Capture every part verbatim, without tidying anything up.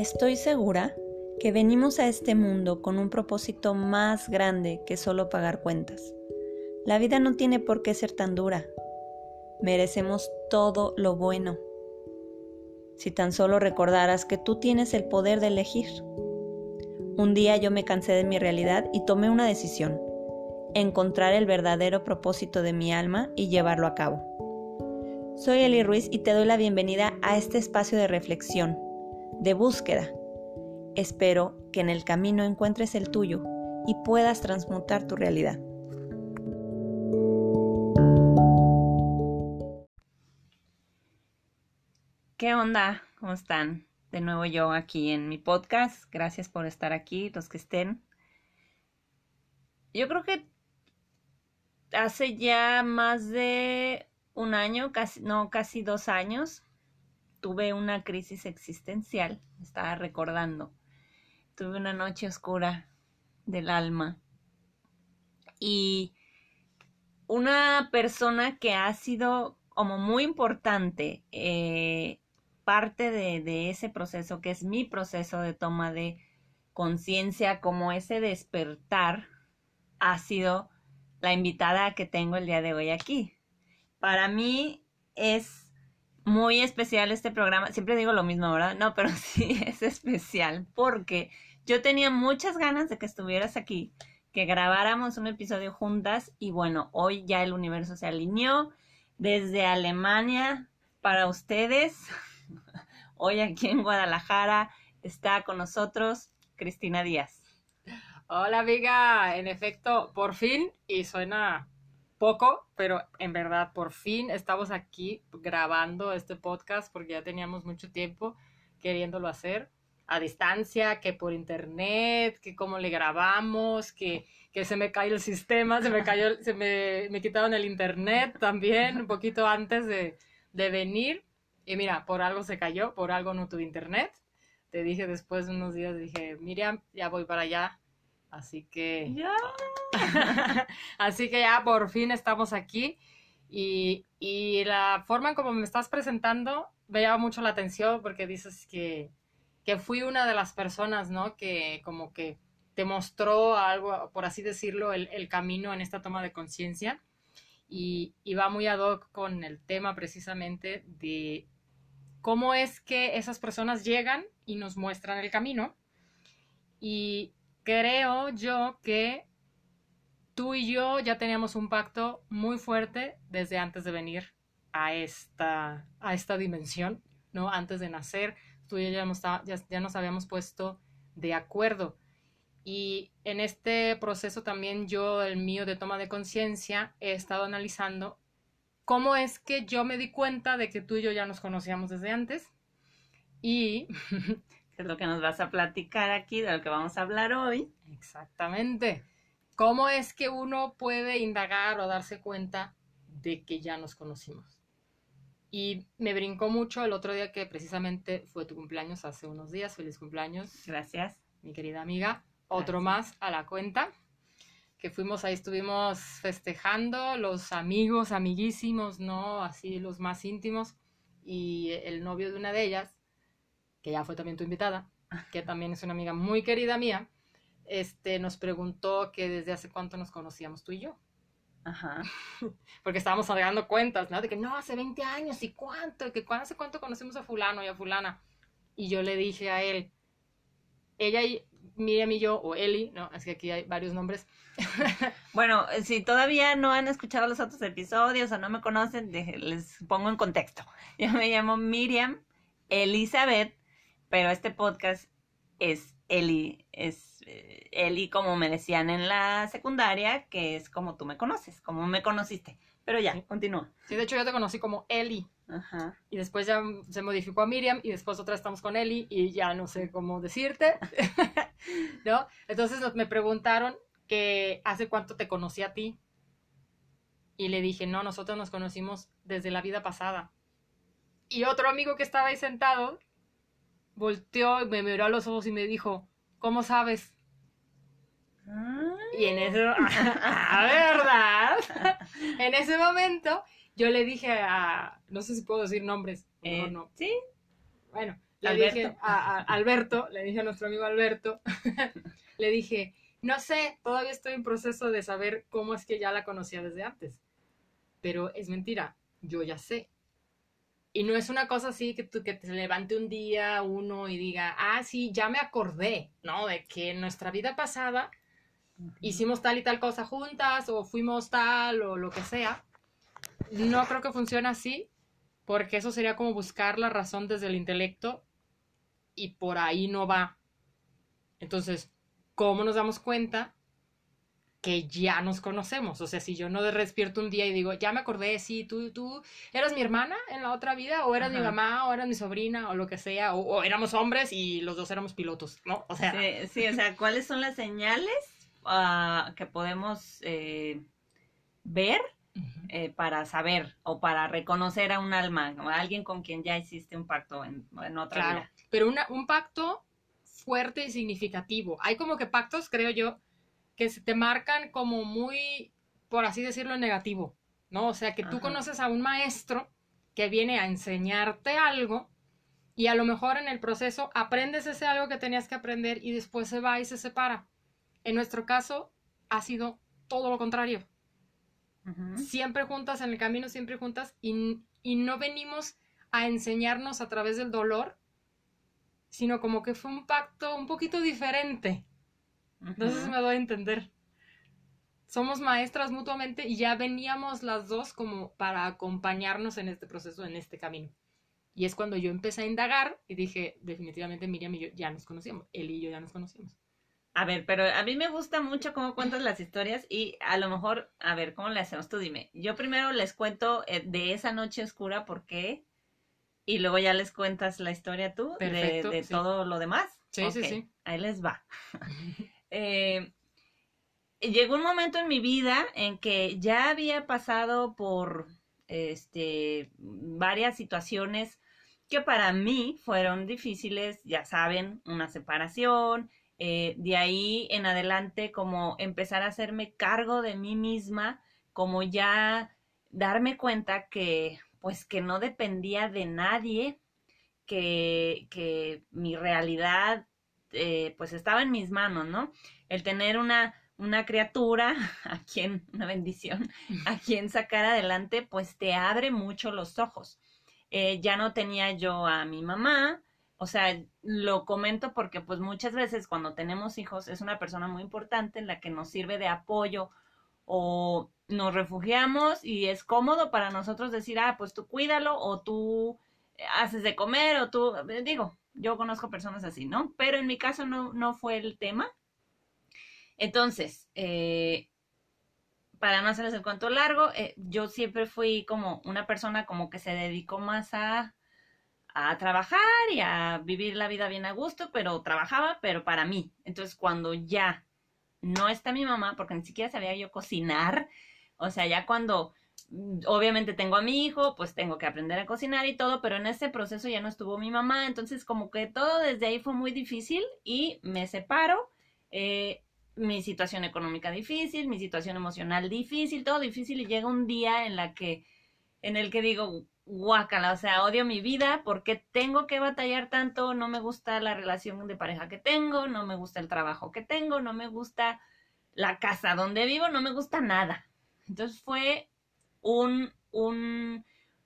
Estoy segura que venimos a este mundo con un propósito más grande que solo pagar cuentas. La vida no tiene por qué ser tan dura. Merecemos todo lo bueno. Si tan solo recordaras que tú tienes el poder de elegir. Un día yo me cansé de mi realidad y tomé una decisión: encontrar el verdadero propósito de mi alma y llevarlo a cabo. Soy Eli Ruiz y te doy la bienvenida a este espacio de reflexión, de búsqueda. Espero que en el camino encuentres el tuyo y puedas transmutar tu realidad. ¿Qué onda? ¿Cómo están? De nuevo yo aquí en mi podcast. Gracias por estar aquí, los que estén. Yo creo que hace ya más de un año, casi, no, casi dos años, tuve una crisis existencial. Estaba recordando. Tuve una noche oscura del alma. Y una persona que ha sido como muy importante, eh, parte de, de ese proceso, que es mi proceso de toma de conciencia, como ese despertar, ha sido la invitada que tengo el día de hoy aquí. Para mí es muy especial este programa. Siempre digo lo mismo, ¿verdad? No, pero sí es especial porque yo tenía muchas ganas de que estuvieras aquí, que grabáramos un episodio juntas y bueno, hoy ya el universo se alineó desde Alemania para ustedes. Hoy aquí en Guadalajara está con nosotros Cristina Díaz. Hola amiga, en efecto, por fin, y suena poco, pero en verdad por fin estamos aquí grabando este podcast porque ya teníamos mucho tiempo queriéndolo hacer a distancia, que por internet, que cómo le grabamos, que, que se me cayó el sistema, se me cayó, se me, me quitaron el internet también un poquito antes de, de venir, y mira, por algo se cayó, por algo no tuve internet. Te dije después de unos días, dije, Miriam, ya voy para allá. Así que ¡Ya! así que ya por fin estamos aquí y, y la forma en como me estás presentando me llama mucho la atención porque dices que, que fui una de las personas, ¿no? Que como que te mostró algo, por así decirlo, el, el camino en esta toma de conciencia y, y va muy ad hoc con el tema precisamente de cómo es que esas personas llegan y nos muestran el camino. Y creo yo que tú y yo ya teníamos un pacto muy fuerte desde antes de venir a esta, a esta dimensión, ¿no? Antes de nacer, tú y yo ya nos, ya, ya nos habíamos puesto de acuerdo. Y en este proceso también yo, el mío de toma de conciencia, he estado analizando cómo es que yo me di cuenta de que tú y yo ya nos conocíamos desde antes. Y es lo que nos vas a platicar aquí, de lo que vamos a hablar hoy. Exactamente. ¿Cómo es que uno puede indagar o darse cuenta de que ya nos conocimos? Y me brincó mucho el otro día que precisamente fue tu cumpleaños hace unos días. Feliz cumpleaños. Gracias. Mi querida amiga. Otro Gracias. Más a la cuenta. Que fuimos ahí, estuvimos festejando los amigos, amiguísimos, ¿no? Así los más íntimos. Y el novio de una de ellas, que ya fue también tu invitada, que también es una amiga muy querida mía, este, nos preguntó que desde hace cuánto nos conocíamos tú y yo. Ajá. Porque estábamos dando cuentas, ¿no? De que no, hace veinte años, ¿y cuánto? Que hace cuánto conocimos a fulano y a fulana. Y yo le dije a él, ella y Miriam y yo, o Eli, ¿no? Es que aquí hay varios nombres. Bueno, si todavía no han escuchado los otros episodios o no me conocen, les pongo en contexto. Yo me llamo Miriam Elizabeth, pero este podcast es Eli, es eh, Eli como me decían en la secundaria, que es como tú me conoces, como me conociste. Pero ya, sí. Continúa. Sí, de hecho yo te conocí como Eli. Ajá. Y después ya se modificó a Miriam y después otra vez estamos con Eli y ya no sé cómo decirte, ¿no? Entonces me preguntaron que hace cuánto te conocí a ti y le dije, no, nosotros nos conocimos desde la vida pasada. Y otro amigo que estaba ahí sentado volteó y me miró a los ojos y me dijo, ¿cómo sabes? Ah. Y en eso, a verdad, en ese momento yo le dije a, no sé si puedo decir nombres, eh, no, no. Sí. Bueno, le Alberto. dije a, a Alberto, le dije a nuestro amigo Alberto, le dije, no sé, todavía estoy en proceso de saber cómo es que ya la conocía desde antes. Pero es mentira, yo ya sé. Y no es una cosa así que, tú, que te levante un día uno y diga, ah, sí, ya me acordé, ¿no? De que en nuestra vida pasada uh-huh. hicimos tal y tal cosa juntas o fuimos tal o lo que sea. No creo que funcione así, porque eso sería como buscar la razón desde el intelecto y por ahí no va. Entonces, ¿cómo nos damos cuenta que ya nos conocemos? O sea, si yo no despierto un día y digo, ya me acordé, sí, tú, tú eras mi hermana en la otra vida, o eras Ajá. mi mamá, o eras mi sobrina, o lo que sea, o, o éramos hombres y los dos éramos pilotos, ¿no? O sea... Sí, sí, o sea, ¿cuáles son las señales uh, que podemos eh, ver uh-huh. eh, para saber o para reconocer a un alma, a alguien con quien ya hiciste un pacto en, en otra claro, vida? Pero una, un pacto fuerte y significativo. Hay como que pactos, creo yo, que se te marcan como muy, por así decirlo, negativo, ¿no? O sea, que tú Ajá. conoces a un maestro que viene a enseñarte algo y a lo mejor en el proceso aprendes ese algo que tenías que aprender y después se va y se separa. En nuestro caso ha sido todo lo contrario. Uh-huh. Siempre juntas, en el camino siempre juntas y, y no venimos a enseñarnos a través del dolor, sino como que fue un pacto un poquito diferente. Uh-huh. No sé si me doy a entender. Somos maestras mutuamente y ya veníamos las dos como para acompañarnos en este proceso, en este camino. Y es cuando yo empecé a indagar y dije, definitivamente Miriam y yo ya nos conocíamos, él y yo ya nos conocíamos. A ver, pero a mí me gusta mucho cómo cuentas las historias y a lo mejor, a ver, ¿cómo le hacemos? Tú dime. Yo primero les cuento de esa noche oscura, ¿por qué? Y luego ya les cuentas la historia tú Perfecto, de, de sí. todo lo demás. Sí, okay, sí, sí. Ahí les va. eh, llegó un momento en mi vida en que ya había pasado por este, varias situaciones que para mí fueron difíciles, ya saben, una separación, eh, de ahí en adelante como empezar a hacerme cargo de mí misma, como ya darme cuenta que pues que no dependía de nadie, que, que mi realidad eh, pues estaba en mis manos, ¿no? El tener una, una criatura, a quien, una bendición, a quien sacar adelante, pues te abre mucho los ojos. Eh, ya no tenía yo a mi mamá, o sea, lo comento porque pues muchas veces cuando tenemos hijos es una persona muy importante en la que nos sirve de apoyo o nos refugiamos y es cómodo para nosotros decir, ah, pues tú cuídalo o tú haces de comer o tú, digo, yo conozco personas así, ¿no? Pero en mi caso no, no fue el tema. Entonces, eh, para no hacerles el cuento largo, eh, yo siempre fui como una persona como que se dedicó más a, a trabajar y a vivir la vida bien a gusto, pero trabajaba, pero para mí. Entonces, cuando ya no está mi mamá, porque ni siquiera sabía yo cocinar, o sea, ya cuando obviamente tengo a mi hijo, pues tengo que aprender a cocinar y todo, pero en ese proceso ya no estuvo mi mamá, entonces como que todo desde ahí fue muy difícil y me separo, eh, mi situación económica difícil, mi situación emocional difícil, todo difícil y llega un día en la que, en el que digo, guácala, o sea, odio mi vida, ¿por qué tengo que batallar tanto? No me gusta la relación de pareja que tengo, no me gusta el trabajo que tengo, no me gusta la casa donde vivo, no me gusta nada. Entonces fue un, un,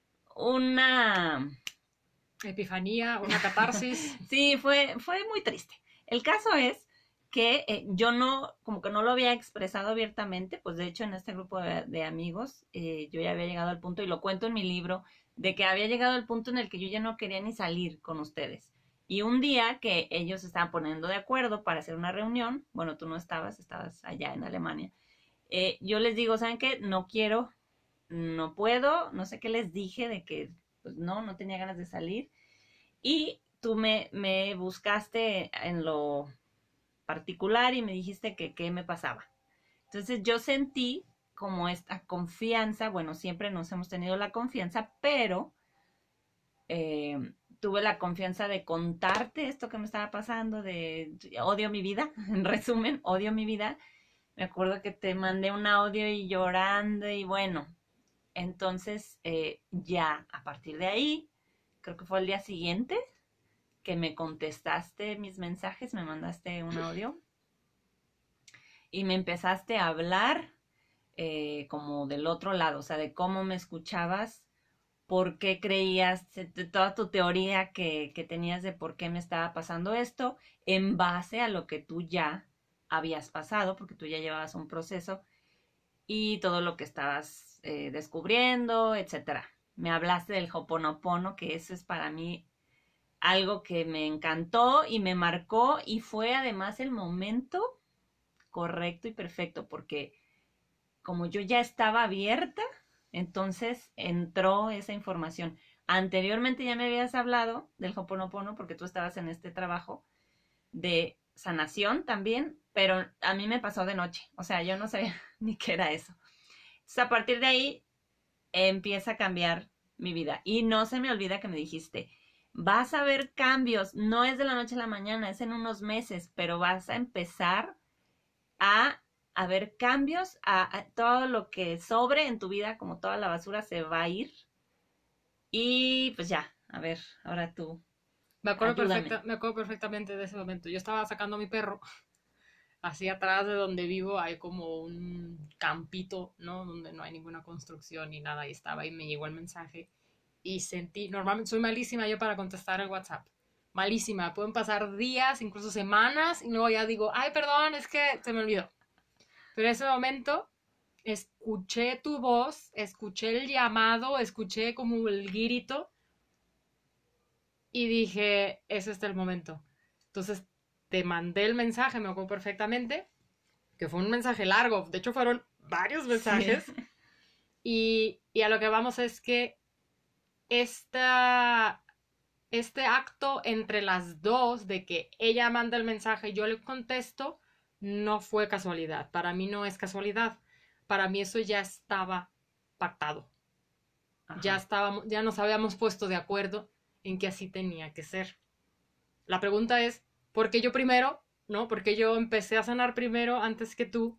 una... epifanía, una catarsis. Sí, fue, fue muy triste. El caso es que eh, yo no, como que no lo había expresado abiertamente, pues de hecho en este grupo de, de amigos eh, yo ya había llegado al punto, y lo cuento en mi libro, de que había llegado al punto en el que yo ya no quería ni salir con ustedes. Y un día que ellos se estaban poniendo de acuerdo para hacer una reunión, bueno, tú no estabas, estabas allá en Alemania, eh, yo les digo, ¿saben qué? No quiero, no puedo, no sé qué les dije de que, pues no, no tenía ganas de salir. Y tú me, me buscaste en lo particular y me dijiste que qué me pasaba. Entonces yo sentí como esta confianza, bueno, siempre nos hemos tenido la confianza, pero eh, tuve la confianza de contarte esto que me estaba pasando, de odio mi vida, en resumen, odio mi vida. Me acuerdo que te mandé un audio y llorando y bueno, entonces eh, ya a partir de ahí, creo que fue el día siguiente, que me contestaste mis mensajes, me mandaste un audio y me empezaste a hablar eh, como del otro lado, o sea, de cómo me escuchabas, por qué creías, de toda tu teoría que, que tenías de por qué me estaba pasando esto, en base a lo que tú ya habías pasado, porque tú ya llevabas un proceso y todo lo que estabas eh, descubriendo, etcétera. Me hablaste del Ho'oponopono, que eso es para mí algo que me encantó y me marcó y fue además el momento correcto y perfecto, porque como yo ya estaba abierta, entonces entró esa información. Anteriormente ya me habías hablado del Ho'oponopono porque tú estabas en este trabajo de sanación también, pero a mí me pasó de noche, o sea, yo no sabía ni qué era eso. Entonces, a partir de ahí empieza a cambiar mi vida. Y no se me olvida que me dijiste, vas a ver cambios, no es de la noche a la mañana, es en unos meses, pero vas a empezar a, a ver cambios, a, a todo lo que sobre en tu vida, como toda la basura, se va a ir. Y pues ya, a ver, ahora tú. Me acuerdo, Ayúdame. perfecta, me acuerdo perfectamente de ese momento. Yo estaba sacando a mi perro. Así atrás de donde vivo hay como un campito, ¿no? Donde no hay ninguna construcción ni nada. Y estaba y me llegó el mensaje. Y sentí, normalmente soy malísima yo para contestar el WhatsApp. Malísima. Pueden pasar días, incluso semanas. Y luego ya digo, ay, perdón, es que se me olvidó. Pero en ese momento escuché tu voz, escuché el llamado, escuché como el grito. Y dije, ese es el momento. Entonces te mandé el mensaje, me acuerdo perfectamente, que fue un mensaje largo, de hecho fueron varios mensajes. Sí. Y, y a lo que vamos es que esta, este acto entre las dos, de que ella manda el mensaje y yo le contesto, no fue casualidad. Para mí no es casualidad. Para mí eso ya estaba pactado. Ajá. Ya estábamos, ya nos habíamos puesto de acuerdo en que así tenía que ser. La pregunta es, ¿por qué yo primero? ¿No? ¿Por qué yo empecé a sanar primero antes que tú?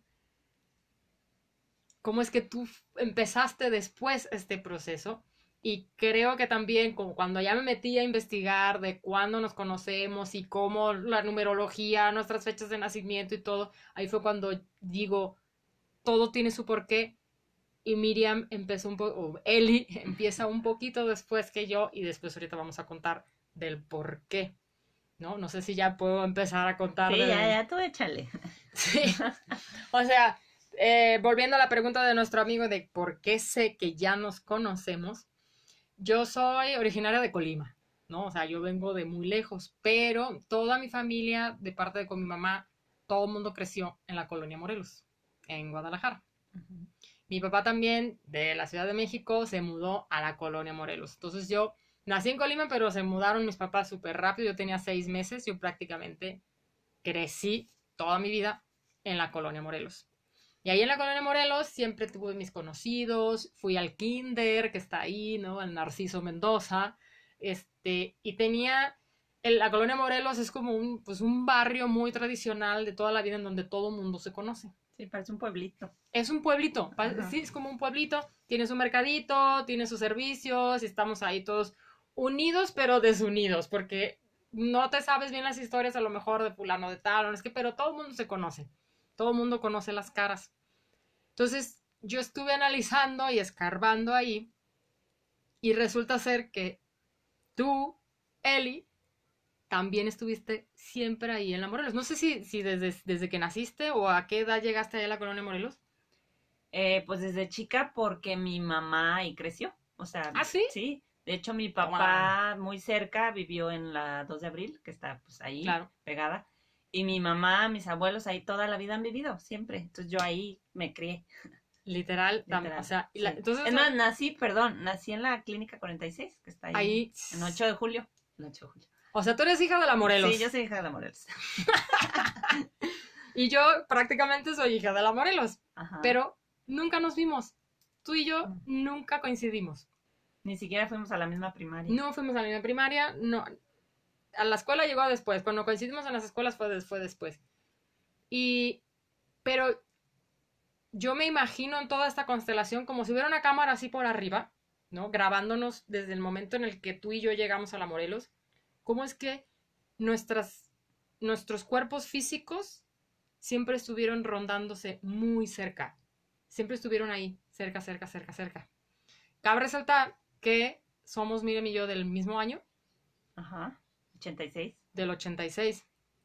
¿Cómo es que tú empezaste después este proceso? Y creo que también, como cuando ya me metí a investigar de cuándo nos conocemos y cómo la numerología, nuestras fechas de nacimiento y todo, ahí fue cuando digo, todo tiene su porqué. Y Miriam empezó un poco, o Eli empieza un poquito después que yo, y después ahorita vamos a contar del por qué, ¿no? No sé si ya puedo empezar a contar. Sí, de... ya, ya, tú échale. Sí, o sea, eh, volviendo a la pregunta de nuestro amigo de por qué sé que ya nos conocemos, yo soy originaria de Colima, ¿no? O sea, yo vengo de muy lejos, pero toda mi familia, de parte de con mi mamá, todo el mundo creció en la colonia Morelos, en Guadalajara. Uh-huh. Mi papá también, de la Ciudad de México, se mudó a la colonia Morelos. Entonces yo nací en Colima, pero se mudaron mis papás súper rápido. Yo tenía seis meses, yo prácticamente crecí toda mi vida en la colonia Morelos. Y ahí en la colonia Morelos siempre tuve mis conocidos, fui al kinder, que está ahí, ¿no? Al Narciso Mendoza, este, y tenía... El, la colonia Morelos es como un, pues un barrio muy tradicional de toda la vida en donde todo el mundo se conoce. Sí, parece un pueblito. Es un pueblito, Ajá. Sí, es como un pueblito, tiene su mercadito, tiene sus servicios, y estamos ahí todos unidos pero desunidos, porque no te sabes bien las historias a lo mejor de fulano de tal, no es que, pero todo el mundo se conoce, todo el mundo conoce las caras. Entonces yo estuve analizando y escarbando ahí, y resulta ser que tú, Eli, también estuviste siempre ahí en la Morelos. No sé si, si desde, desde que naciste o a qué edad llegaste ahí a la colonia Morelos. Eh, pues desde chica porque mi mamá ahí creció. O sea, ¿Ah, sí? Sí. De hecho, mi papá wow. muy cerca vivió en la dos de abril, que está pues ahí claro. pegada. Y mi mamá, mis abuelos ahí toda la vida han vivido, siempre. Entonces yo ahí me crié. Literal, Literal. O sea, sí. la, entonces... Es más, nací, perdón, nací en la clínica cuarenta y seis, que está ahí, ahí... en ocho de julio. En ocho de julio. O sea, tú eres hija de la Morelos. Sí, yo soy hija de la Morelos. Y yo prácticamente soy hija de la Morelos. Ajá. Pero nunca nos vimos. Tú y yo uh-huh. nunca coincidimos. Ni siquiera fuimos a la misma primaria. No fuimos a la misma primaria. No. A la escuela llegó después. Cuando coincidimos en las escuelas fue, fue después. Y... Pero yo me imagino en toda esta constelación como si hubiera una cámara así por arriba, ¿no? Grabándonos desde el momento en el que tú y yo llegamos a la Morelos. ¿Cómo es que nuestras, nuestros cuerpos físicos siempre estuvieron rondándose muy cerca. Siempre estuvieron ahí, cerca, cerca, cerca, cerca. Cabe resaltar que somos Miriam y yo del mismo año. Ajá. ochenta y seis. Del ochenta y seis.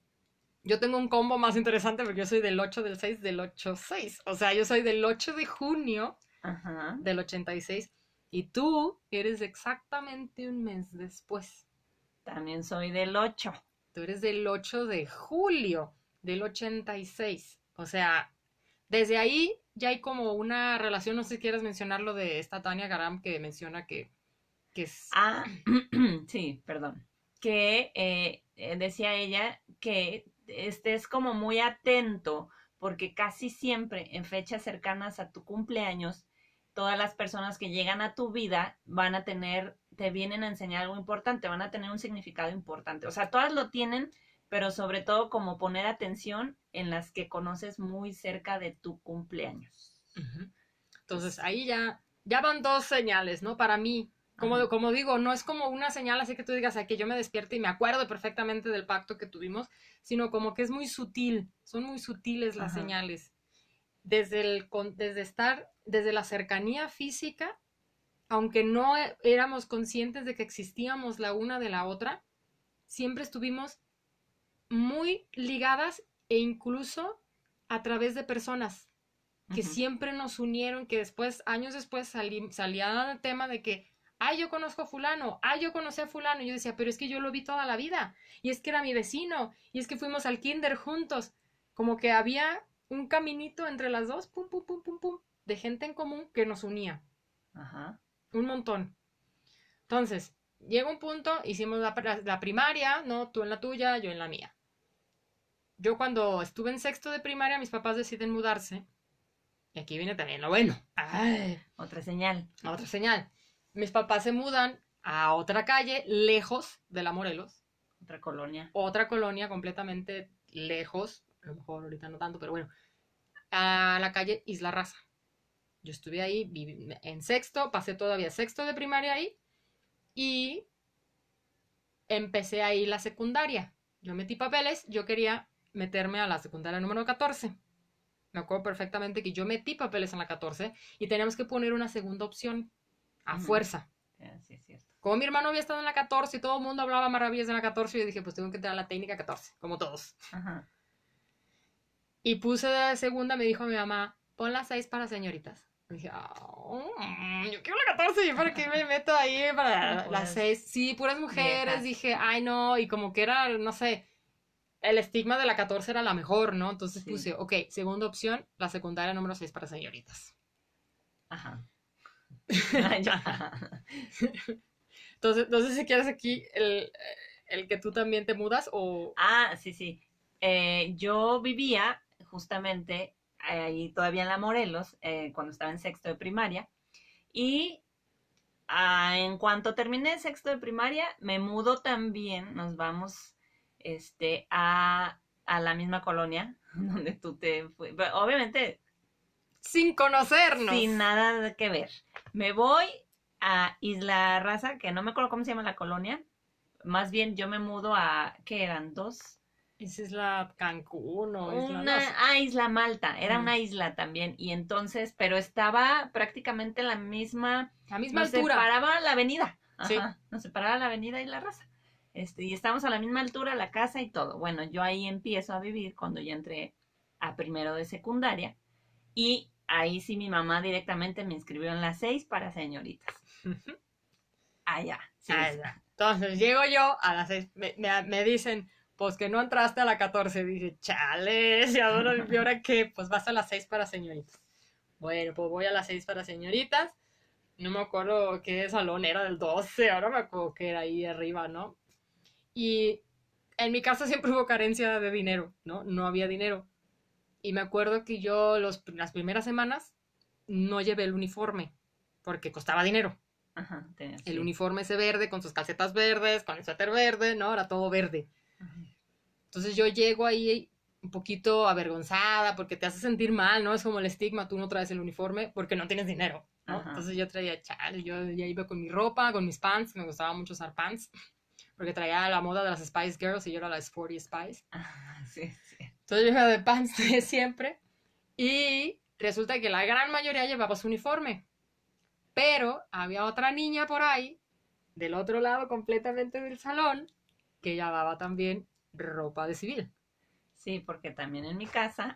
Yo tengo un combo más interesante porque yo soy del ocho del seis del ocho seis. O sea, yo soy del ocho de junio Ajá. del ochenta y seis. Y tú eres exactamente un mes después. También soy del ocho. Tú eres del ocho de julio del ochenta y seis. O sea, desde ahí ya hay como una relación. No sé si quieres mencionar lo de esta Tania Garam que menciona que, que es... Ah, sí, perdón. Que eh, eh, decía ella que estés como muy atento porque casi siempre en fechas cercanas a tu cumpleaños, todas las personas que llegan a tu vida van a tener, te vienen a enseñar algo importante, van a tener un significado importante. O sea, todas lo tienen, pero sobre todo como poner atención en las que conoces muy cerca de tu cumpleaños. Uh-huh. Entonces ahí ya, ya van dos señales, ¿no? Para mí. Como, como digo, no es como una señal así que tú digas, a que yo me despierte y me acuerdo perfectamente del pacto que tuvimos, sino como que es muy sutil, son muy sutiles las Ajá. señales. Desde, el, desde estar, desde la cercanía física, aunque no éramos conscientes de que existíamos la una de la otra, siempre estuvimos muy ligadas e incluso a través de personas que uh-huh. siempre nos unieron, que después, años después, salí, salía el tema de que ay, yo conozco a fulano, ay, yo conocí a fulano, y yo decía, pero es que yo lo vi toda la vida, y es que era mi vecino, y es que fuimos al kinder juntos, como que había un caminito entre las dos, pum, pum, pum, pum, pum, de gente en común que nos unía. Ajá. Un montón. Entonces, llega un punto, hicimos la, la primaria, ¿no? Tú en la tuya, yo en la mía. Yo cuando estuve en sexto de primaria, mis papás deciden mudarse, y aquí viene también lo bueno. Ay, otra señal. Otra señal. Mis papás se mudan a otra calle, lejos de la Morelos. Otra colonia. Otra colonia completamente lejos, a lo mejor ahorita no tanto, pero bueno, a la calle Isla Raza. Yo estuve ahí viví en sexto, pasé todavía sexto de primaria ahí y empecé ahí la secundaria. Yo metí papeles, yo quería meterme a la secundaria número catorce. Me acuerdo perfectamente que yo metí papeles en la catorce y teníamos que poner una segunda opción. A uh-huh. fuerza. Sí, es cierto. Como mi hermano había estado en la catorce y todo el mundo hablaba maravillas de la catorce, yo dije, pues tengo que entrar a la técnica catorce, como todos. Ajá. Y puse de segunda, me dijo mi mamá, pon las seis para señoritas. Y dije, oh, yo quiero la catorce, ¿y para qué me meto ahí para las seis? Sí, puras mujeres, viejas. Dije, ay no, y como que era, no sé, el estigma de la catorce era la mejor, ¿no? Entonces sí. Puse, ok, segunda opción, la secundaria número seis para señoritas. Ajá. Entonces, no sé si quieres aquí el, el que tú también te mudas o... Ah, sí, sí. Eh, yo vivía justamente ahí todavía en la Morelos, eh, cuando estaba en sexto de primaria, y ah, en cuanto terminé sexto de primaria, me mudo también, nos vamos este, a, a la misma colonia donde tú te fuiste. Obviamente... Sin conocernos. Sin nada que ver. Me voy a Isla Raza, que no me acuerdo cómo se llama la colonia. Más bien yo me mudo a, ¿qué eran? ¿Dos? ¿Es Isla Cancún o Isla? Una, No. Ah, Isla Malta. Era mm. una isla también. Y entonces, pero estaba prácticamente la misma... La misma nos altura. Nos separaba la avenida. Ajá, sí. Nos separaba la avenida Isla Raza. Este, y estábamos a la misma altura, la casa y todo. Bueno, yo ahí empiezo a vivir cuando ya entré a primero de secundaria. Y ahí sí mi mamá directamente me inscribió en las seis para señoritas. Uh-huh. Allá. Sí, Allá. Entonces llego yo a las seis, me, me, me dicen, pues que no entraste a la catorce. Dije, chale, ¿y ahora, ¿y ahora qué? Pues vas a las seis para señoritas. Bueno, pues voy a las seis para señoritas. No me acuerdo qué salón era, del doce, ahora me acuerdo que era ahí arriba, ¿no? Y en mi casa siempre hubo carencia de dinero, ¿no? No había dinero. Y me acuerdo que yo los, las primeras semanas no llevé el uniforme porque costaba dinero. Ajá, tenía, el sí. uniforme ese verde con sus calcetas verdes, con el suéter verde, ¿no? Era todo verde. Ajá. Entonces yo llego ahí un poquito avergonzada porque te hace sentir mal, ¿no? Es como el estigma, tú no traes el uniforme porque no tienes dinero, ¿no? Ajá. Entonces yo traía, chale, yo ya iba con mi ropa, con mis pants, me gustaba mucho usar pants. porque traía la moda de las Spice Girls y yo era la Sporty Spice. Ah, sí, sí. Entonces yo iba de pants de siempre y resulta que la gran mayoría llevaba su uniforme, pero había otra niña por ahí, del otro lado completamente del salón, que llevaba también ropa de civil. Sí, porque también en mi casa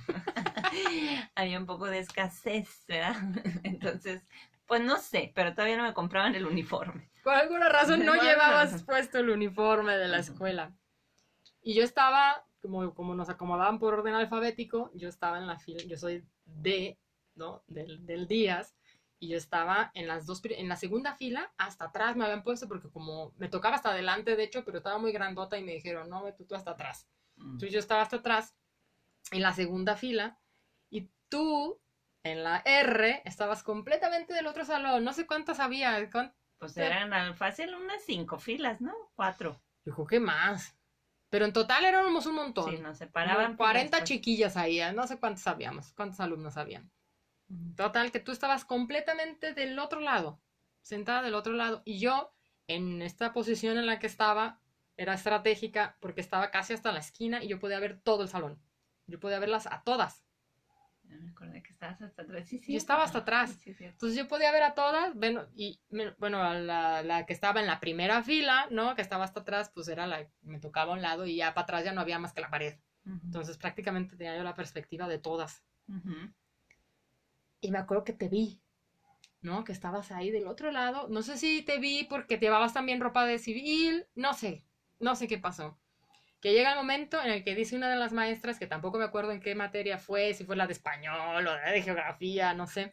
había un poco de escasez, ¿verdad? Entonces, pues no sé, pero todavía no me compraban el uniforme. Por alguna razón no Bueno, llevabas puesto el uniforme de la ujú. escuela. Y yo estaba, como, como nos acomodaban por orden alfabético, yo estaba en la fila, yo soy D, ¿no? Del, del Díaz, y yo estaba en las dos, en la segunda fila, hasta atrás me habían puesto, porque como me tocaba hasta adelante, de hecho, pero estaba muy grandota y me dijeron, no, vete tú hasta atrás. Mm. Entonces yo estaba hasta atrás, en la segunda fila, y tú, en la R, estabas completamente del otro salón, no sé cuántas había, cuántas, Pues eran al fácil unas cinco filas, ¿no? Cuatro. yo creo que más. Pero en total éramos un montón. Sí, nos separaban. Como pues, cuarenta después. chiquillas ahí, ¿eh? No sé cuántas habíamos, cuántos alumnos habían. Ujú. Total, que tú estabas completamente del otro lado, sentada del otro lado. Y yo, en esta posición en la que estaba, era estratégica porque estaba casi hasta la esquina y yo podía ver todo el salón. Yo podía verlas a todas. Ya me acordé que estabas hasta atrás. Sí, sí. Yo estaba hasta atrás. Sí, sí, Entonces yo podía ver a todas, bueno, y bueno, a la, la que estaba en la primera fila, ¿no? Que estaba hasta atrás, pues era la que me tocaba a un lado y ya para atrás ya no había más que la pared. uh-huh. Entonces prácticamente tenía yo la perspectiva de todas. Uh-huh. Y me acuerdo que te vi, ¿no? Que estabas ahí del otro lado. No sé si te vi porque te llevabas también ropa de civil, no sé, no sé qué pasó. Que llega el momento en el que dice una de las maestras, que tampoco me acuerdo en qué materia fue, si fue la de español o la de geografía, no sé,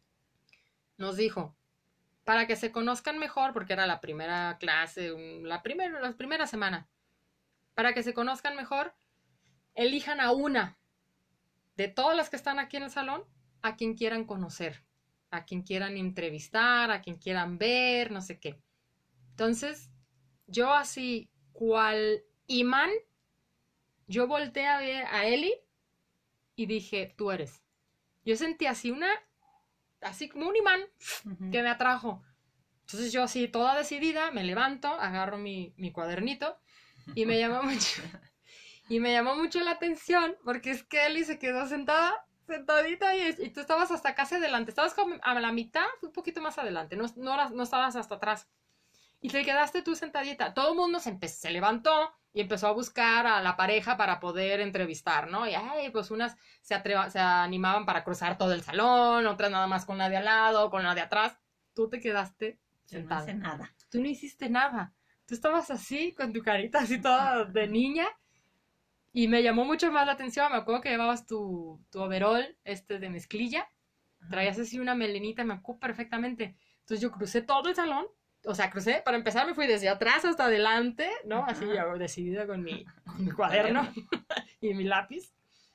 nos dijo, para que se conozcan mejor, porque era la primera clase, la primera, la primera semana, para que se conozcan mejor, elijan a una de todas las que están aquí en el salón, a quien quieran conocer, a quien quieran entrevistar, a quien quieran ver, no sé qué. Entonces, yo así, cual imán, yo volteé a ver a Eli y dije, tú eres. Yo sentí así una, así como un imán uh-huh. que me atrajo. Entonces yo así, toda decidida, me levanto, agarro mi, mi cuadernito y me llamó mucho, y me llamó mucho la atención porque es que Eli se quedó sentada, sentadita y, y tú estabas hasta casi adelante, estabas como a la mitad, un poquito más adelante, no, no, no estabas hasta atrás. Y te quedaste tú sentadita. Todo el mundo se, empe- se levantó y empezó a buscar a la pareja para poder entrevistar, ¿no? Y ay, pues unas se, atreva- se animaban para cruzar todo el salón, otras nada más con la de al lado, con la de atrás. Tú te quedaste sentada. Yo no hice nada. Tú no hiciste nada. Tú estabas así, con tu carita así toda de niña. Y me llamó mucho más la atención. Me acuerdo que llevabas tu, tu overall este de mezclilla. Traías así una melenita, me acuerdo perfectamente. Entonces yo crucé todo el salón. O sea, crucé, para empezar me fui desde atrás hasta adelante, ¿no? Ajá. Así yo decidida con mi, con mi cuaderno y mi lápiz.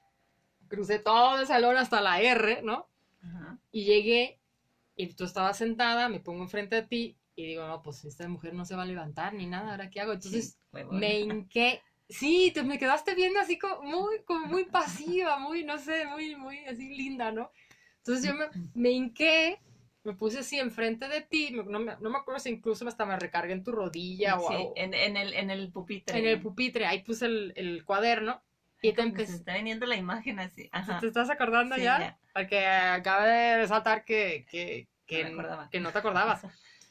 Crucé todo el salón hasta la R, ¿no? Ajá. Y llegué y tú estabas sentada, me pongo enfrente de ti y digo, no, pues esta mujer no se va a levantar ni nada, ¿ahora qué hago? Entonces sí, me hinqué. Sí, te me quedaste viendo así como muy, como muy pasiva, muy, no sé, muy, muy así linda, ¿no? Entonces yo me, me hinqué, me puse así enfrente de ti, no me, no me acuerdo si incluso hasta me recargué en tu rodilla sí, o algo. En, en, el, en el pupitre. En el pupitre, ahí puse el, el cuaderno. Y te empecé... Se está viniendo la imagen así. Ajá. ¿Te estás acordando sí, ya? ya? Porque acaba de resaltar que, que, que, no que no te acordabas.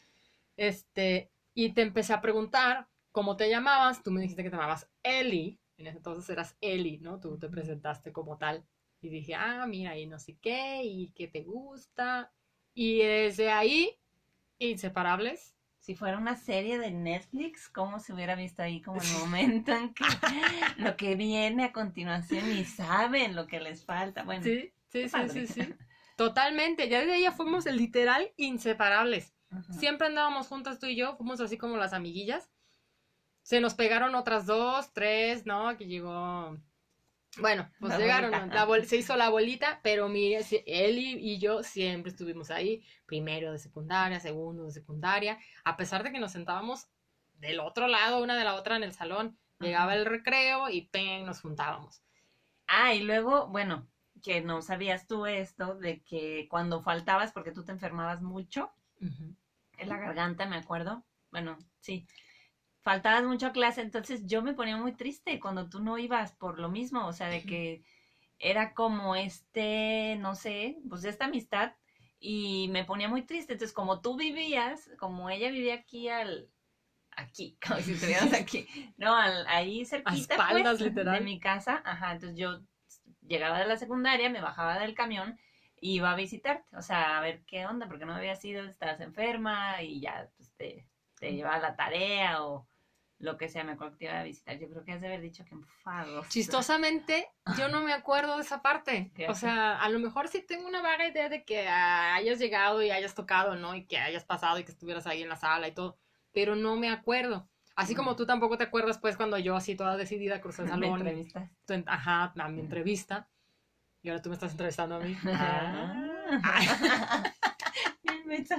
Este, y te empecé a preguntar cómo te llamabas. Tú me dijiste que te llamabas Eli. En ese entonces eras Eli, ¿no? Tú te presentaste como tal. Y dije, ah, mira, y no sé qué, y qué te gusta. Y desde ahí, inseparables. Si fuera una serie de Netflix, ¿cómo se hubiera visto ahí como el momento en que lo que viene a continuación y saben lo que les falta? Bueno, sí, sí, sí, sí, sí. Totalmente. Ya desde ahí ya fuimos literal inseparables. Uh-huh. Siempre andábamos juntas tú y yo, fuimos así como las amiguillas. Se nos pegaron otras dos, tres, ¿no? Que llegó... Bueno, pues la llegaron, la bol- se hizo la bolita, pero mire, él y, y yo siempre estuvimos ahí, primero de secundaria, segundo de secundaria, a pesar de que nos sentábamos del otro lado, una de la otra en el salón, uh-huh. Llegaba el recreo y ¡peng! Nos juntábamos. Ah, y luego, bueno, que no sabías tú esto, de que cuando faltabas, porque tú te enfermabas mucho, uh-huh. En la garganta, me acuerdo, bueno, sí, faltabas mucho a clase, entonces yo me ponía muy triste cuando tú no ibas por lo mismo, o sea, de que era como este, no sé, pues esta amistad y me ponía muy triste. Entonces, como tú vivías, como ella vivía aquí al, aquí, como si estuvieras aquí, no, al, ahí A cerquita, pues, espaldas, de literal. mi casa, ajá, entonces yo llegaba de la secundaria, me bajaba del camión y iba a visitarte, o sea, a ver qué onda, porque no había sido, estabas enferma y ya, pues, te, te llevaba la tarea o lo que sea, me acuerdo que te iba a visitar. Yo creo que has de haber dicho que enfadosa. Chistosamente, yo no me acuerdo de esa parte. O Fíjate. sea, a lo mejor sí tengo una vaga idea de que ah, hayas llegado y hayas tocado, ¿no? Y que hayas pasado y que estuvieras ahí en la sala y todo, pero no me acuerdo. Así como tú tampoco te acuerdas, pues, cuando yo así toda decidida crucé el Me salón, entrevistas. tu, ajá, a mi entrevista, y ahora tú me estás entrevistando a mí. Ah. Ah. Bien, Betsa.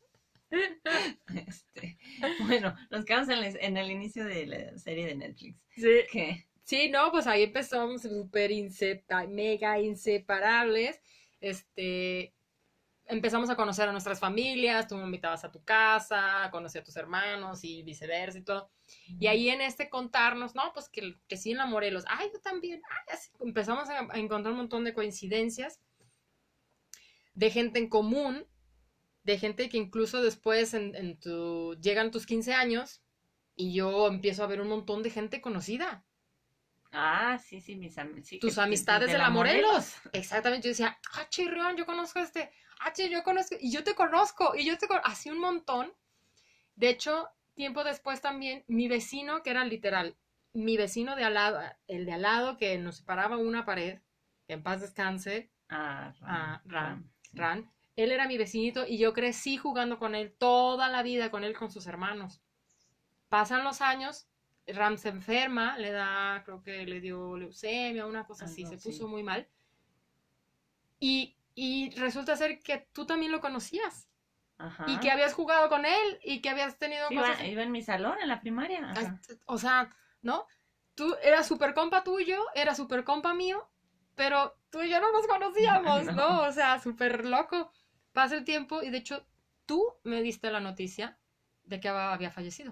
Este, bueno, nos quedamos en, el- en el inicio de la serie de Netflix. Sí. Que Sí, no, pues ahí empezamos súper insepa- mega inseparables. Este, empezamos a conocer a nuestras familias, tú me invitabas a tu casa, a conocer a tus hermanos y viceversa y todo. Y ahí en este contarnos, no, pues que, que sí en la Morelos, ay, yo también, ay, así, empezamos a, a encontrar un montón de coincidencias de gente en común, de gente que incluso después en, en tu, llegan tus quince años y yo empiezo a ver un montón de gente conocida. ah, sí, sí, mis am- sí, que Tus de, de- amistades de de la la Morelos. Morelos. Exactamente, yo decía, ah, chirrión, yo conozco a este, ah, che, yo conozco, y yo te conozco, y yo te conozco, así un montón. De hecho, tiempo después también, mi vecino, que era literal, mi vecino de al lado, el de al lado que nos separaba una pared, que en paz descanse, Ah, Ram, a Ran, Ram, sí. Ran, él era mi vecinito y yo crecí jugando con él toda la vida, con él, con sus hermanos. Pasan los años, Ram se enferma, le da, creo que le dio leucemia, una cosa así, Algo se así. puso muy mal. Y, y resulta ser que tú también lo conocías y que Ajá. habías jugado con él y que habías tenido Sí, cosas. iba, iba en mi salón, en la primaria. Ajá. O sea, ¿no? Tú eras súper compa tuyo, era súper compa mío, pero tú y yo no nos conocíamos, ¿no? No. O sea, súper loco. Pasa el tiempo y de hecho tú me diste la noticia de que había fallecido.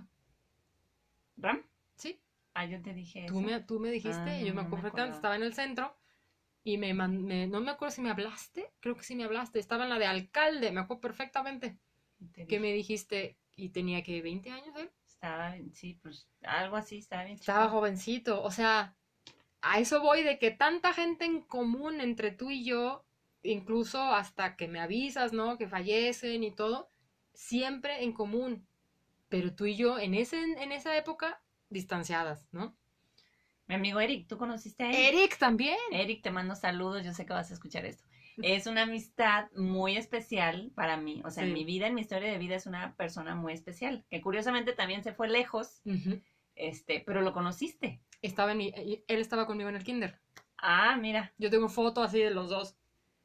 ¿Ram? ¿Sí? Ah, yo te dije Tú eso. me, tú me Ah, dijiste, y yo no, me no me acuerdo perfectamente, acordaba. estaba en el centro y me, me, no me acuerdo si me hablaste, creo que sí me hablaste, estaba en la de alcalde, me acuerdo perfectamente Te que dije. me dijiste y tenía que veinte años él. Estaba, bien- sí, pues algo así, estaba bien Estaba chico. jovencito, o sea, a eso voy de que tanta gente en común entre tú y yo, incluso hasta que me avisas, ¿no? Que fallecen y todo, siempre en común, pero tú y yo en, ese, en esa época distanciadas, ¿no? Mi amigo Eric, ¿tú conociste a Eric? Eric también. Eric, te mando saludos, yo sé que vas a escuchar esto. Es una amistad muy especial para mí, o sea, en mi Sí. vida, en mi historia de vida es una persona muy especial, que curiosamente también se fue lejos, Ujú. este, pero lo conociste. Estaba en mi, él estaba conmigo en el kinder. Ah, mira. Yo tengo foto así de los dos.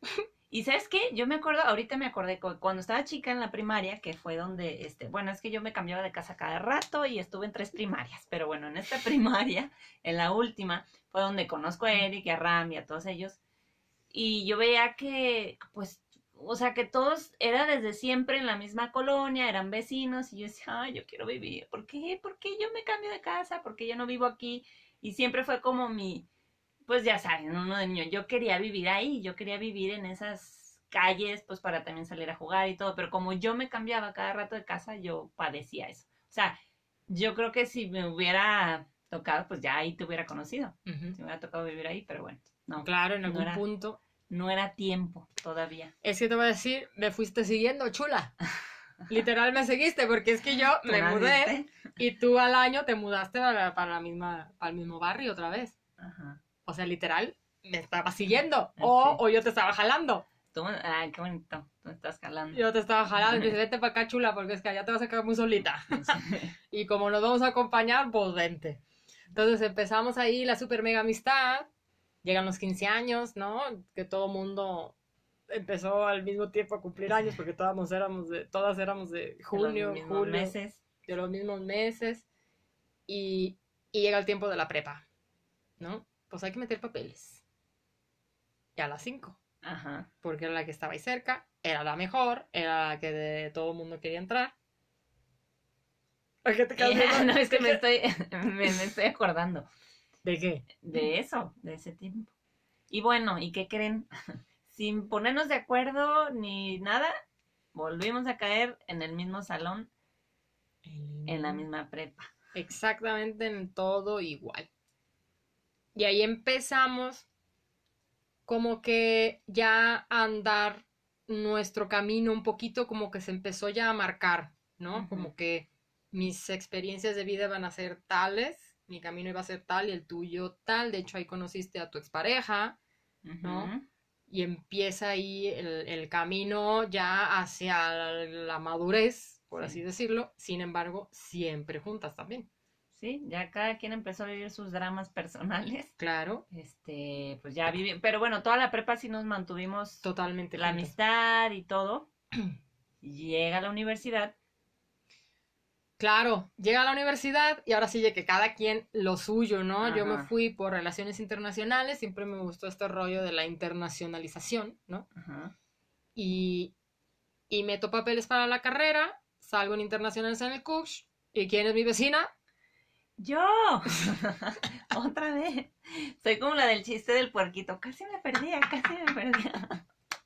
Y ¿sabes qué? Yo me acuerdo, ahorita me acordé cu- cuando estaba chica en la primaria, que fue donde, este, bueno, es que yo me cambiaba de casa cada rato y estuve en tres primarias, pero bueno, en esta primaria, en la última, fue donde conozco a Eric y a Ram y a todos ellos. Y yo veía que, pues, o sea, que todos era desde siempre en la misma colonia, eran vecinos, y yo decía, ay, yo quiero vivir. ¿Por qué? ¿Por qué yo me cambio de casa? ¿Por qué yo no vivo aquí? Y siempre fue como mi, pues ya saben, uno de niño, yo quería vivir ahí, yo quería vivir en esas calles, pues para también salir a jugar y todo, pero como yo me cambiaba cada rato de casa, yo padecía eso. O sea, yo creo que si me hubiera tocado, pues ya ahí te hubiera conocido. Uh -huh. Si me hubiera tocado vivir ahí, pero bueno, no. Claro, en no algún era, punto. No era tiempo todavía. Es que te voy a decir, me fuiste siguiendo, chula. Literal me seguiste, porque es que yo me mudé y tú al año te mudaste para, para, la misma, para el mismo barrio otra vez. Ajá. O sea, literal, me estaba siguiendo. O, sí. o yo te estaba jalando. Tú, ay, qué bonito. Tú me estás jalando. Yo te estaba jalando y me dice, vete para acá, chula, porque es que allá te vas a quedar muy solita. Y como nos vamos a acompañar, pues vente. Entonces empezamos ahí la super mega amistad. Llegan los quince años, ¿no? Que todo mundo empezó al mismo tiempo a cumplir años, porque todas éramos de, todas éramos de junio, de los mismos julio, meses. de los mismos meses. Y, y llega el tiempo de la prepa, ¿no? Pues hay que meter papeles. Y a las cinco. Ajá. Porque era la que estaba ahí cerca, era la mejor, era la que de todo el mundo quería entrar. ¿A qué te quedas viendo? No, es que me estoy, me, me estoy acordando. ¿De qué? De eso, de ese tiempo. Y bueno, ¿y qué creen? Sin ponernos de acuerdo ni nada, volvimos a caer en el mismo salón, en la misma prepa. Exactamente en todo igual. Y ahí empezamos como que ya a andar nuestro camino un poquito, como que se empezó ya a marcar, ¿no? Ujú. Como que mis experiencias de vida van a ser tales, mi camino iba a ser tal y el tuyo tal. De hecho, ahí conociste a tu expareja, ¿no? Ujú. Y empieza ahí el, el camino ya hacia la madurez, por Sí. así decirlo. Sin embargo, siempre juntas también. Sí, ya cada quien empezó a vivir sus dramas personales. Claro, Este, pues ya viví, pero bueno, toda la prepa sí nos mantuvimos totalmente la juntas. amistad y todo. Llega la universidad. Claro, llega a la universidad y ahora sí que cada quien lo suyo, ¿no? Ajá. Yo me fui por relaciones internacionales, siempre me gustó este rollo de la internacionalización, ¿no? Ajá. Y, y meto papeles para la carrera, salgo en internacionales en el Cush. ¿Y quién es mi vecina? ¡Yo! Otra vez. Soy como la del chiste del puerquito. Casi me perdía, casi me perdía.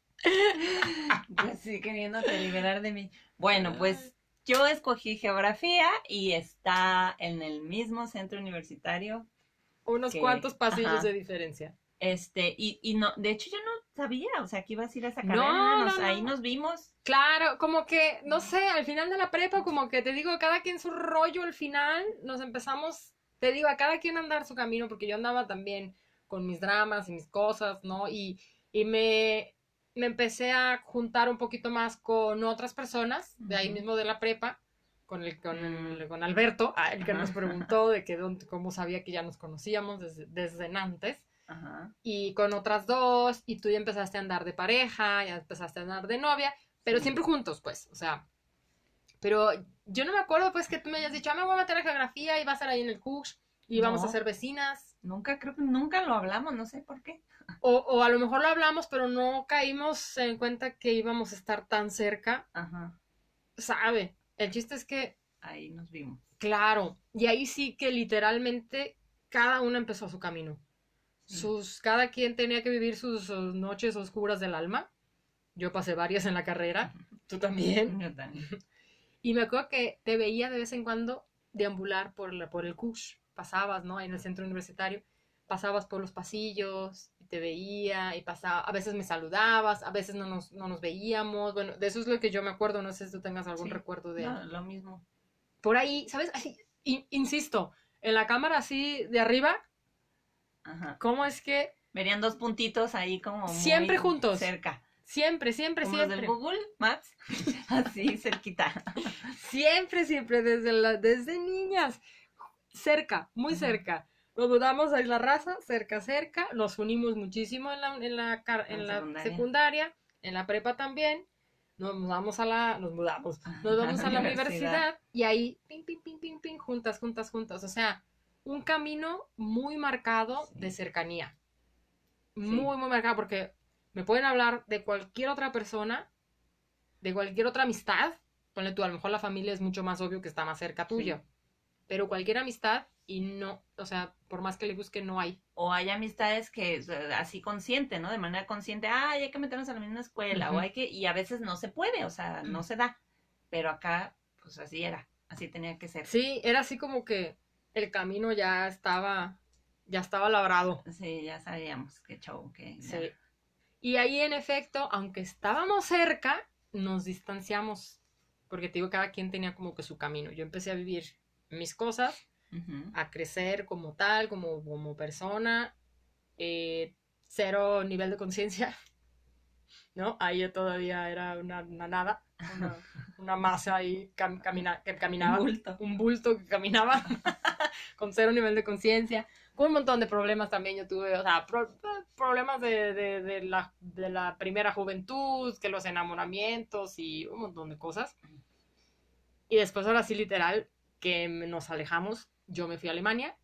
Así queriéndote liberar de mí. Bueno, pues yo escogí geografía y está en el mismo centro universitario. Unos que- cuantos pasillos ajá. de diferencia. Este, y, y no, de hecho yo no sabía, o sea, que ibas a ir a esa No, carrera, no, nos- no. ahí nos vimos. Claro, como que, no sé, al final de la prepa, como que te digo, cada quien su rollo al final, nos empezamos, te digo, a cada quien andar su camino, porque yo andaba también con mis dramas y mis cosas, ¿no? Y, y me, me empecé a juntar un poquito más con otras personas, de ahí Ujú. mismo de la prepa, con el, con el, Mm. con Alberto, ah, el que Ajá. nos preguntó de que dónde, cómo sabía que ya nos conocíamos desde, desde antes. Ajá. Y con otras dos, y tú ya empezaste a andar de pareja, ya empezaste a andar de novia, pero Sí. siempre juntos, pues, o sea, pero yo no me acuerdo, pues, que tú me hayas dicho, ah, me voy a meter a geografía y va a ser ahí en el Cush, y vamos No. a ser vecinas, Nunca, creo que nunca lo hablamos, no sé por qué. o, o a lo mejor lo hablamos, pero no caímos en cuenta que íbamos a estar tan cerca, Ajá. sabe, el chiste es que, Ahí nos vimos. claro, y ahí sí que literalmente cada uno empezó su camino. Sí. Sus, cada quien tenía que vivir sus, sus noches oscuras del alma. Yo pasé varias en la carrera, tú también. Yo también. Y me acuerdo que te veía de vez en cuando deambular por, la, por el Cush. Pasabas, ¿no? En el centro universitario. Pasabas por los pasillos y te veía y pasaba. A veces me saludabas, a veces no nos, no nos veíamos. Bueno, de eso es lo que yo me acuerdo. No sé si tú tengas algún Sí. recuerdo de... No, lo mismo. Por ahí, ¿sabes? Así, in- insisto, en la cámara así de arriba, Ajá. ¿cómo es que Verían dos puntitos ahí como muy siempre juntos? cerca. Siempre, siempre, Como los siempre. del Google Maps. Así, cerquita. Siempre, siempre, desde, la, desde niñas. Cerca, muy Ajá. cerca. Nos mudamos a Isla Raza, cerca, cerca. Nos unimos muchísimo en la, en la, car- en En la secundaria. secundaria, en la prepa también. Nos mudamos a la, nos mudamos, nos vamos a la universidad y ahí, ping, ping, ping, ping, ping, juntas, juntas, juntas. O sea, un camino muy marcado Sí. de cercanía. Sí. Muy, muy marcado porque me pueden hablar de cualquier otra persona, de cualquier otra amistad. Ponle tú, a lo mejor la familia es mucho más obvio que está más cerca tuya. Sí. Pero cualquier amistad y no, o sea, por más que le busque, no hay. O hay amistades que así consciente, ¿no? De manera consciente, ah, hay que meternos a la misma escuela, Uh-huh. o hay que, y a veces no se puede, o sea, no se da. Pero acá, pues así era, así tenía que ser. Sí, era así como que el camino ya estaba, ya estaba labrado. Sí, ya sabíamos qué show, que ya. Sí. Y ahí, en efecto, aunque estábamos cerca, nos distanciamos. Porque te digo, cada quien tenía como que su camino. Yo empecé a vivir mis cosas, Uh-huh. a crecer como tal, como, como persona, eh, cero nivel de conciencia, ¿no? Ahí yo todavía era una, una nada, una, una masa ahí cam, camina, que caminaba, Un bulto. un bulto que caminaba con cero nivel de conciencia, con un montón de problemas también yo tuve, o sea, pro, problemas de, de, de, la, de la primera juventud, que los enamoramientos y un montón de cosas. Y después ahora sí, literal, que nos alejamos. Yo me fui a Alemania.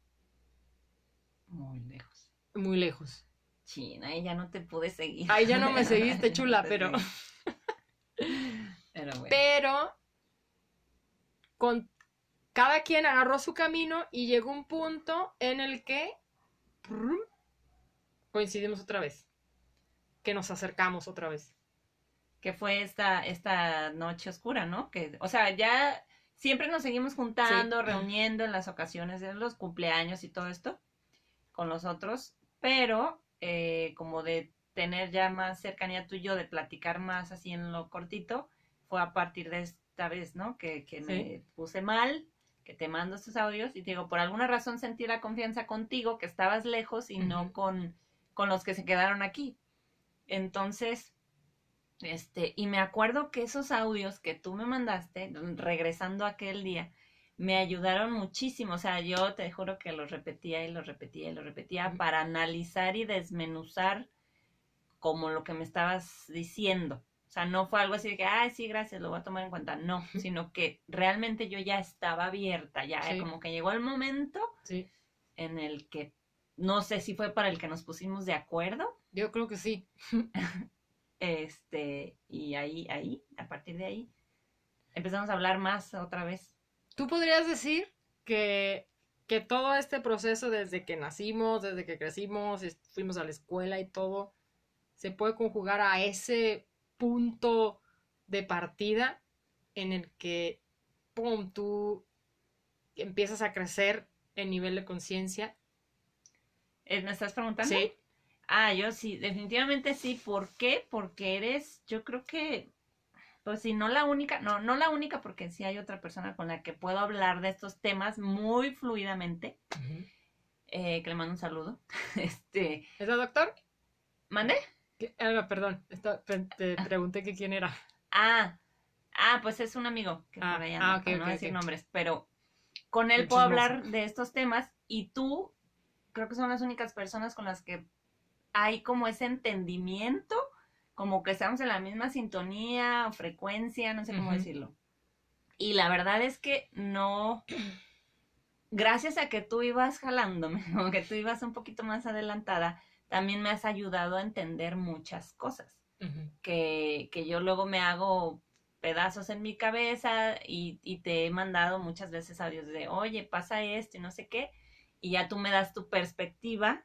Muy lejos. Muy lejos. China, ahí ya no te pude seguir. Ahí ya no me seguiste, chula, te pero... Pero bueno. Pero... Con... cada quien agarró su camino y llegó un punto en el que ¡prum!, coincidimos otra vez, que nos acercamos otra vez. Que fue esta, esta noche oscura, ¿no? Que, o sea, ya siempre nos seguimos juntando, Sí. reuniendo en las ocasiones de los cumpleaños y todo esto con los otros, pero eh, como de tener ya más cercanía tú y yo, de platicar más así en lo cortito, fue a partir de esta vez, ¿no? Que, que Sí. me puse mal, que te mando estos audios y te digo, por alguna razón sentí la confianza contigo, que estabas lejos y no Ujú. con, con los que se quedaron aquí. Entonces, este, y me acuerdo que esos audios que tú me mandaste, regresando aquel día, me ayudaron muchísimo. O sea, yo te juro que los repetía y los repetía y los repetía Ujú. para analizar y desmenuzar como lo que me estabas diciendo. O sea, no fue algo así de que, ay, sí, gracias, lo voy a tomar en cuenta. No, sino que realmente yo ya estaba abierta, ya Sí. como que llegó el momento Sí. en el que, no sé si fue para el que nos pusimos de acuerdo, Yo creo que sí. este, y ahí, ahí, a partir de ahí, empezamos a hablar más otra vez. ¿Tú podrías decir que, que todo este proceso desde que nacimos, desde que crecimos, est- fuimos a la escuela y todo, se puede conjugar a ese punto de partida en el que, pum, tú empiezas a crecer en nivel de conciencia? Eh, ¿Me estás preguntando? Sí. Ah, yo sí, definitivamente sí. ¿Por qué? Porque eres, yo creo que, pues sí, no la única, no, no la única, porque sí hay otra persona con la que puedo hablar de estos temas muy fluidamente, Ujú. eh, que le mando un saludo. Este, ¿Es la doctor? ¿mandé? ¿Qué? Ah, perdón, esta- pe- te pregunté que quién era. Ah, ah, pues es un amigo que por Ah, ahí ah, anda, ok, para no ok, decir ok. nombres, pero con él El puedo chismoso. hablar de estos temas y tú creo que son las únicas personas con las que hay como ese entendimiento, como que estamos en la misma sintonía o frecuencia, no sé cómo Ujú. decirlo. Y la verdad es que no, gracias a que tú ibas jalándome, como que tú ibas un poquito más adelantada, también me has ayudado a entender muchas cosas, Ujú. que, que yo luego me hago pedazos en mi cabeza y, y te he mandado muchas veces audios de, oye, pasa esto y no sé qué, y ya tú me das tu perspectiva,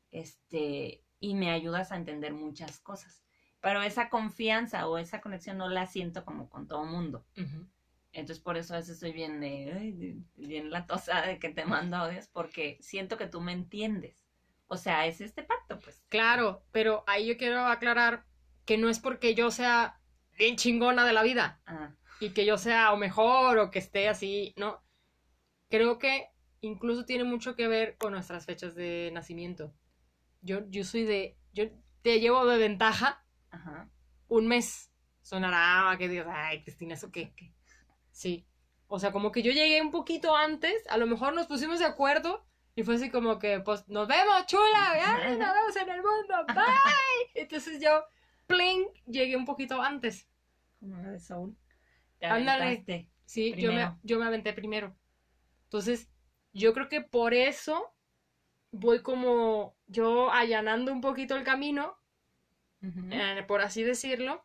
este, y me ayudas a entender muchas cosas. Pero esa confianza o esa conexión no la siento como con todo mundo. Ujú. Entonces por eso a veces estoy bien de, ay, de- bien latosa de que te mando audios, porque siento que tú me entiendes. O sea, es este pacto, pues. Claro, pero ahí yo quiero aclarar que no es porque yo sea bien chingona de la vida Ah, y que yo sea o mejor o que esté así, no. Creo que incluso tiene mucho que ver con nuestras fechas de nacimiento. Yo, yo soy de, yo te llevo de ventaja ajá. un mes. Sonará que digas, ay, Cristina, ¿eso qué? Ok. Sí. O sea, como que yo llegué un poquito antes, a lo mejor nos pusimos de acuerdo y fue así como que, pues, nos vemos, chula, ay, nos vemos en el mundo, bye. Entonces yo, pling, llegué un poquito antes. Como la de Soul. Te Ándale. aventaste Sí, yo me, primero. yo me aventé primero. Entonces, yo creo que por eso voy como yo allanando un poquito el camino, Ujú. eh, por así decirlo,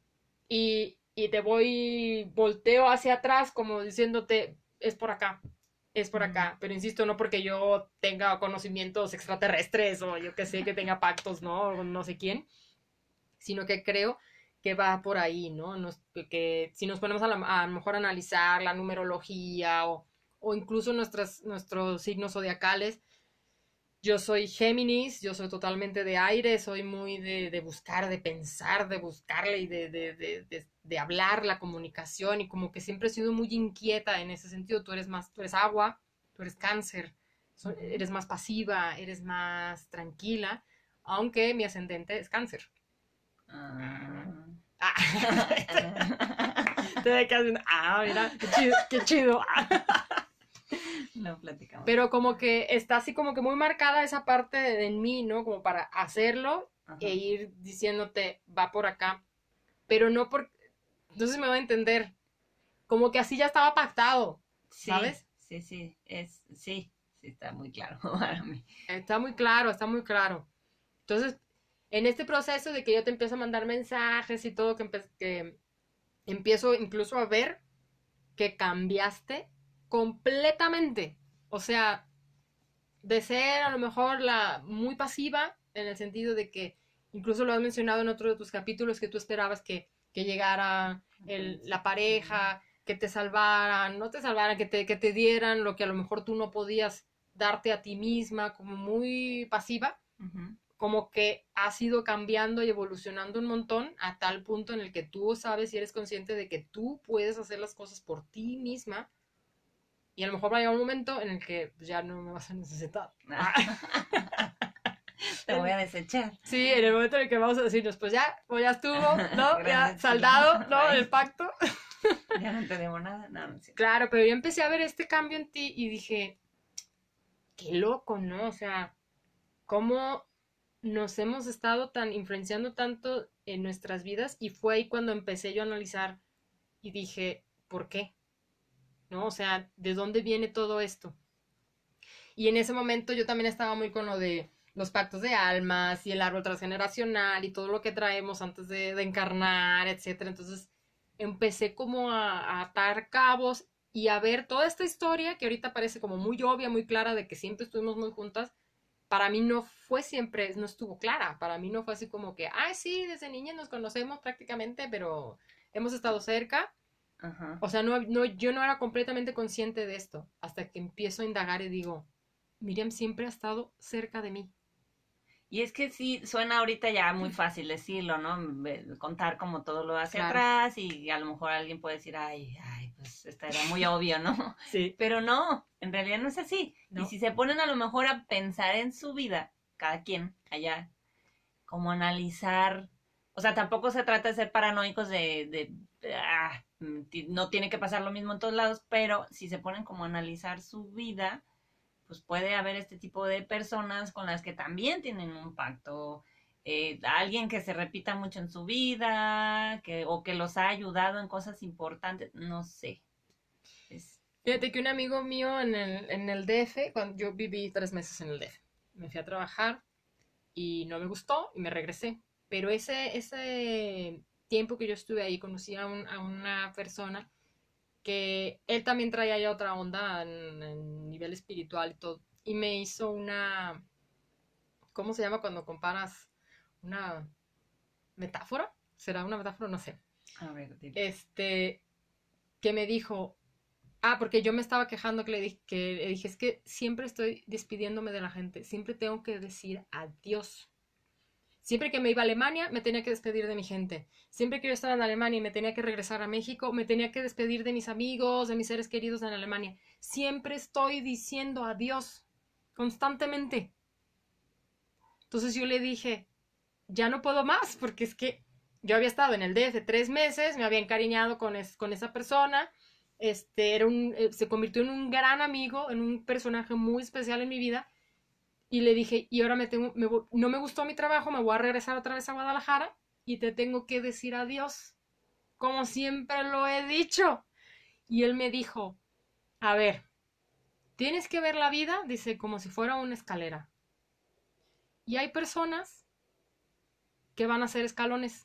y, y te voy, volteo hacia atrás como diciéndote, es por acá, es por Ujú. acá, pero insisto, no porque yo tenga conocimientos extraterrestres o yo que sé que tenga pactos, ¿no? O no sé quién, sino que creo que va por ahí, ¿no? Nos, que si nos ponemos a, la, a lo mejor a analizar la numerología o, o incluso nuestras, nuestros signos zodiacales, yo soy Géminis, yo soy totalmente de aire, soy muy de, de buscar, de pensar, de buscarle y de, de, de, de, de hablar la comunicación y como que siempre he sido muy inquieta en ese sentido. Tú eres más, tú eres agua, tú eres cáncer, so- Ujú. eres más pasiva, eres más tranquila, aunque mi ascendente es cáncer. Ah. Ah, te de casi, ah, mira, qué chido, qué chido. No platicamos. Pero como que está así como que muy marcada esa parte de, en mí, ¿no? Como para hacerlo Ajá. e ir diciéndote, va por acá. Pero no por... Entonces me va a entender. Como que así ya estaba pactado, Sí, ¿sabes? sí, sí, es, sí, sí está muy claro para mí. Está muy claro, está muy claro. Entonces, en este proceso de que yo te empiezo a mandar mensajes y todo, que, empe que empiezo incluso a ver que cambiaste completamente. O sea, de ser a lo mejor la muy pasiva, en el sentido de que, incluso lo has mencionado en otro de tus capítulos, que tú esperabas que, que llegara el, la pareja, que te salvaran, no te salvaran, que te, que te dieran lo que a lo mejor tú no podías darte a ti misma, como muy pasiva. Uh-huh. Como que has ido cambiando y evolucionando un montón a tal punto en el que tú sabes y eres consciente de que tú puedes hacer las cosas por ti misma, y a lo mejor va a llegar un momento en el que pues, ya no me vas a necesitar. Te voy a desechar. Sí, en el momento en el que vamos a decirnos, pues ya, pues ya estuvo, ¿no? Ya, saldado, ¿no? El pacto. Ya no te debo nada, no, no sé. Claro, pero yo empecé a ver este cambio en ti y dije, qué loco, ¿no? O sea, cómo nos hemos estado tan influenciando tanto en nuestras vidas, y fue ahí cuando empecé yo a analizar y dije, ¿por qué? ¿No? O sea, ¿de dónde viene todo esto? Y en ese momento yo también estaba muy con lo de los pactos de almas y el árbol transgeneracional y todo lo que traemos antes de, de encarnar, etcétera. Entonces empecé como a, a atar cabos y a ver toda esta historia que ahorita parece como muy obvia, muy clara, de que siempre estuvimos muy juntas. Para mí no fue siempre, no estuvo clara. Para mí no fue así como que, ay, sí, desde niña nos conocemos prácticamente, pero hemos estado cerca. Uh-huh. O sea, no, no, yo no era completamente consciente de esto hasta que empiezo a indagar y digo, Miriam siempre ha estado cerca de mí. Y es que sí, suena ahorita ya muy fácil decirlo, ¿no? Contar como todo lo hacia claro. atrás, y a lo mejor alguien puede decir, ay, ay, pues esta era muy obvio, ¿no? Sí. Pero no, en realidad no es así. No. Y si se ponen a lo mejor a pensar en su vida, cada quien allá, como analizar, o sea, tampoco se trata de ser paranoicos de, de, de ah, no tiene que pasar lo mismo en todos lados, pero si se ponen como a analizar su vida, pues puede haber este tipo de personas con las que también tienen un pacto, eh, alguien que se repita mucho en su vida, que, o que los ha ayudado en cosas importantes, no sé. Es... Fíjate que un amigo mío en el, en el D F, cuando yo viví tres meses en el D F, me fui a trabajar y no me gustó y me regresé. Pero ese, ese tiempo que yo estuve ahí conocí a, un, a una persona que él también traía ya otra onda en, en nivel espiritual y todo, y me hizo una, ¿cómo se llama cuando comparas? Una metáfora, ¿será una metáfora? No sé. A ver, este, que me dijo, ah, porque yo me estaba quejando, que le dije, que le dije, es que siempre estoy despidiéndome de la gente, siempre tengo que decir adiós. Siempre que me iba a Alemania, me tenía que despedir de mi gente. Siempre que yo estaba en Alemania y me tenía que regresar a México, me tenía que despedir de mis amigos, de mis seres queridos en Alemania. Siempre estoy diciendo adiós, constantemente. Entonces yo le dije, ya no puedo más, porque es que yo había estado en el D F tres meses, me había encariñado con, es, con esa persona, este, era un, eh, se convirtió en un gran amigo, en un personaje muy especial en mi vida. Y le dije, y ahora me tengo, me, no me gustó mi trabajo, me voy a regresar otra vez a Guadalajara y te tengo que decir adiós, como siempre lo he dicho. Y él me dijo, a ver, tienes que ver la vida, dice, como si fuera una escalera. Y hay personas que van a hacer escalones.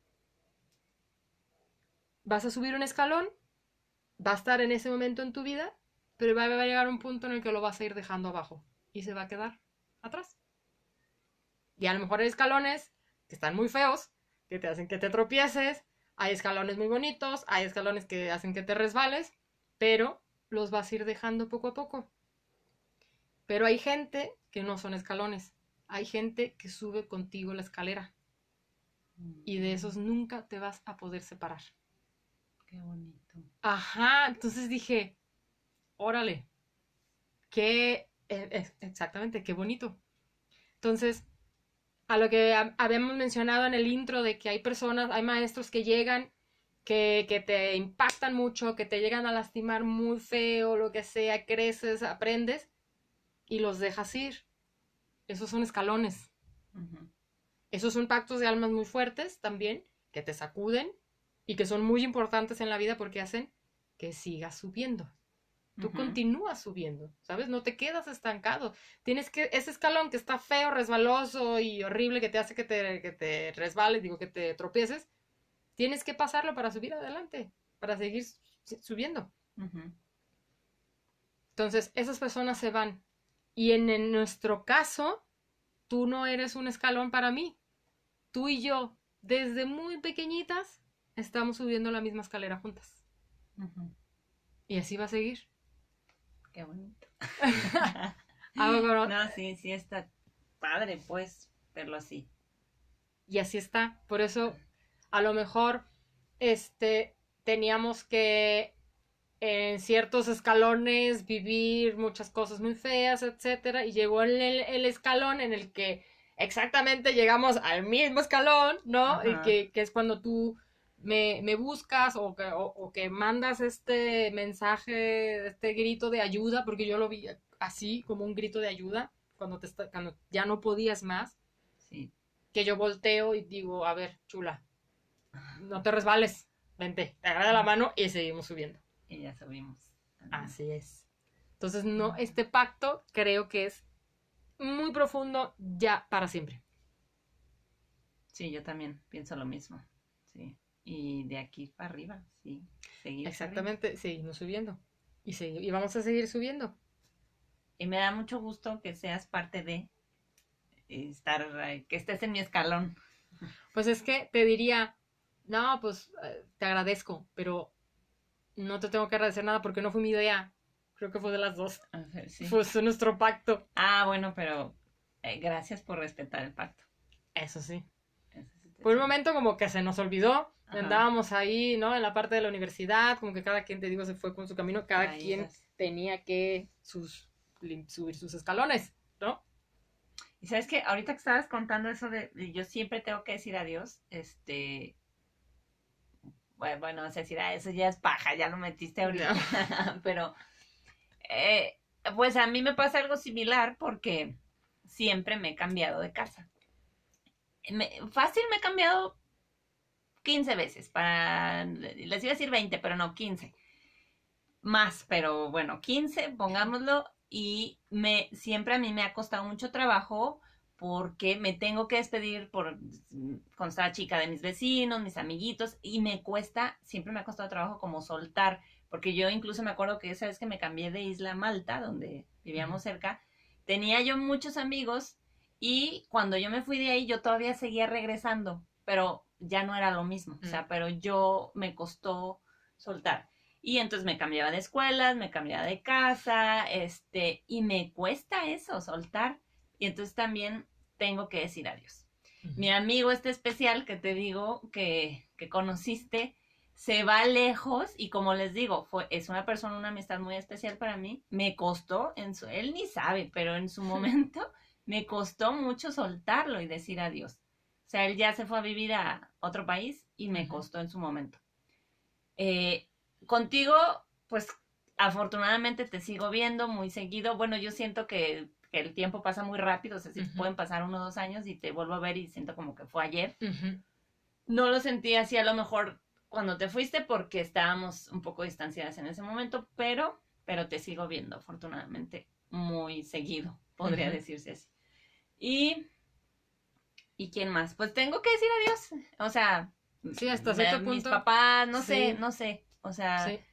Vas a subir un escalón, va a estar en ese momento en tu vida, pero va a llegar un punto en el que lo vas a ir dejando abajo y se va a quedar atrás. Y a lo mejor hay escalones que están muy feos, que te hacen que te tropieces, hay escalones muy bonitos, hay escalones que hacen que te resbales, pero los vas a ir dejando poco a poco. Pero hay gente que no son escalones, hay gente que sube contigo la escalera, y de esos nunca te vas a poder separar. Qué bonito. Ajá, entonces dije, órale, qué, eh, exactamente, qué bonito. Entonces, a lo que habíamos mencionado en el intro, de que hay personas, hay maestros que llegan, que, que te impactan mucho, que te llegan a lastimar muy feo, lo que sea, creces, aprendes y los dejas ir. Esos son escalones. Uh-huh. Esos son pactos de almas muy fuertes también, que te sacuden y que son muy importantes en la vida porque hacen que sigas subiendo. Tú uh-huh. continúas subiendo, ¿sabes? No te quedas estancado. Tienes que, ese escalón que está feo, resbaloso y horrible, que te hace que te, que te resbales, digo, que te tropieces, tienes que pasarlo para subir adelante, para seguir subiendo. Uh-huh. Entonces, esas personas se van. Y en, en nuestro caso, tú no eres un escalón para mí. Tú y yo, desde muy pequeñitas, estamos subiendo la misma escalera juntas. Ujú. Y así va a seguir. Qué bonito. Ah, pero- No, sí, sí está padre, pues, verlo así. y así está. Por eso, a lo mejor, este, teníamos que en ciertos escalones vivir muchas cosas muy feas, etcétera, y llegó el, el- el escalón en el que exactamente llegamos al mismo escalón, ¿no? Y Ajá. que, que es cuando tú me, me buscas o que, o, o que mandas este mensaje, este grito de ayuda, porque yo lo vi así, como un grito de ayuda, cuando, te está- cuando ya no podías más, Sí. que yo volteo y digo, a ver, chula, no te resbales, vente, te agarra la mano y seguimos subiendo. Y ya subimos. Así es. Entonces, no, este pacto creo que es muy profundo ya para siempre. Sí, yo también pienso lo mismo. Sí. Y de aquí para arriba, sí. Seguir Exactamente, seguimos subiendo. Y, segui- y vamos a seguir subiendo. subiendo. Y me da mucho gusto que seas parte de estar, eh, que estés en mi escalón. Pues es que te diría, no, pues eh, te agradezco, pero no te tengo que agradecer nada porque no fue mi idea. Creo que fue de las dos. A ver, sí. Fue fue nuestro pacto. Ah, bueno, pero eh, gracias por respetar el pacto. Eso sí. Eso sí te Por un digo. momento como que se nos olvidó. Ajá. Andábamos ahí, ¿no? En la parte de la universidad, como que cada quien, te digo, se fue con su camino. Cada Ahí quien vas. tenía que sus, lim- subir sus escalones, ¿no? Y sabes que ahorita que estabas contando eso de, de yo siempre tengo que decir adiós, este, bueno, bueno, o sea, decir, ah, eso ya es paja, ya lo metiste ahorita, pero, eh, pues a mí me pasa algo similar porque siempre me he cambiado de casa. Me, fácil me he cambiado quince veces, para, les iba a decir veinte, pero no, quince. Más, pero bueno, quince, pongámoslo, y me, siempre a mí me ha costado mucho trabajo porque me tengo que despedir por cuando estaba chica de mis vecinos, mis amiguitos, y me cuesta, siempre me ha costado trabajo como soltar, porque yo incluso me acuerdo que esa vez que me cambié de Isla Malta, donde vivíamos cerca, tenía yo muchos amigos y cuando yo me fui de ahí yo todavía seguía regresando, pero ya no era lo mismo, o sea, pero yo me costó soltar. Y entonces me cambiaba de escuelas, me cambiaba de casa, este, y me cuesta eso, soltar. Y entonces también tengo que decir adiós. Ujú. Mi amigo este especial que te digo que, que conociste, se va lejos y como les digo, fue, es una persona, una amistad muy especial para mí. Me costó, en su, él ni sabe, pero en su momento me costó mucho soltarlo y decir adiós. O sea, él ya se fue a vivir a otro país y me Ujú. costó en su momento. Eh, contigo, pues afortunadamente te sigo viendo muy seguido. Bueno, yo siento que, que el tiempo pasa muy rápido, o sea, si Ujú. pueden pasar uno o dos años y te vuelvo a ver y siento como que fue ayer. Ujú. No lo sentí así a lo mejor cuando te fuiste porque estábamos un poco distanciadas en ese momento, pero, pero te sigo viendo afortunadamente muy seguido, podría Ujú. decirse así. Y, ¿y quién más? Pues tengo que decir adiós. O sea, Sí, hasta me- cierto mis punto. papás, no Sí. sé, no sé. O sea, Sí.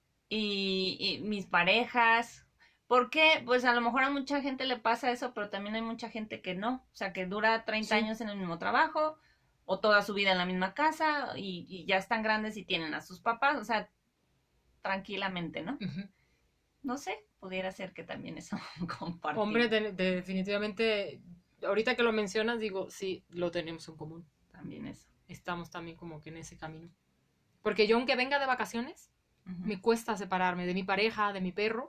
y, y mis parejas. Porque, pues a lo mejor a mucha gente le pasa eso, pero también hay mucha gente que no. O sea, que dura treinta Sí. años en el mismo trabajo o toda su vida en la misma casa y, y ya están grandes y tienen a sus papás. O sea, tranquilamente, ¿no? Ujú. No sé, pudiera ser que también eso compartimos. Hombre, de- de- definitivamente, ahorita que lo mencionas, digo, sí, lo tenemos en común. También eso. Estamos también como que en ese camino. Porque yo, aunque venga de vacaciones, Ujú. me cuesta separarme de mi pareja, de mi perro.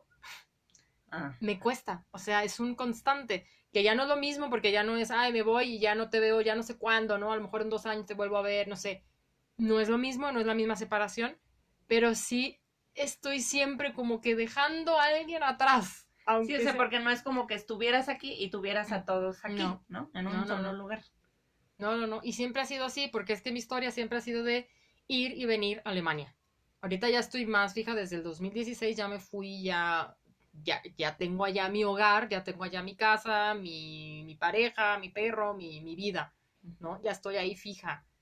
Ah, Me cuesta. O sea, es un constante. Que ya no es lo mismo porque ya no es, ay, me voy y ya no te veo, ya no sé cuándo, ¿no? A lo mejor en dos años te vuelvo a ver, no sé. No es lo mismo, no es la misma separación. Pero sí estoy siempre como que dejando a alguien atrás. Aunque sí, o sea, sea- porque no es como que estuvieras aquí y tuvieras a todos aquí, No. ¿no? En un No, no, solo no. lugar. No, no, no. Y siempre ha sido así, porque es que mi historia siempre ha sido de ir y venir a Alemania. Ahorita ya estoy más fija, desde el dos mil dieciséis ya me fui, ya, ya, ya tengo allá mi hogar, ya tengo allá mi casa, mi, mi pareja, mi perro, mi, mi vida, ¿no? Ya estoy ahí fija.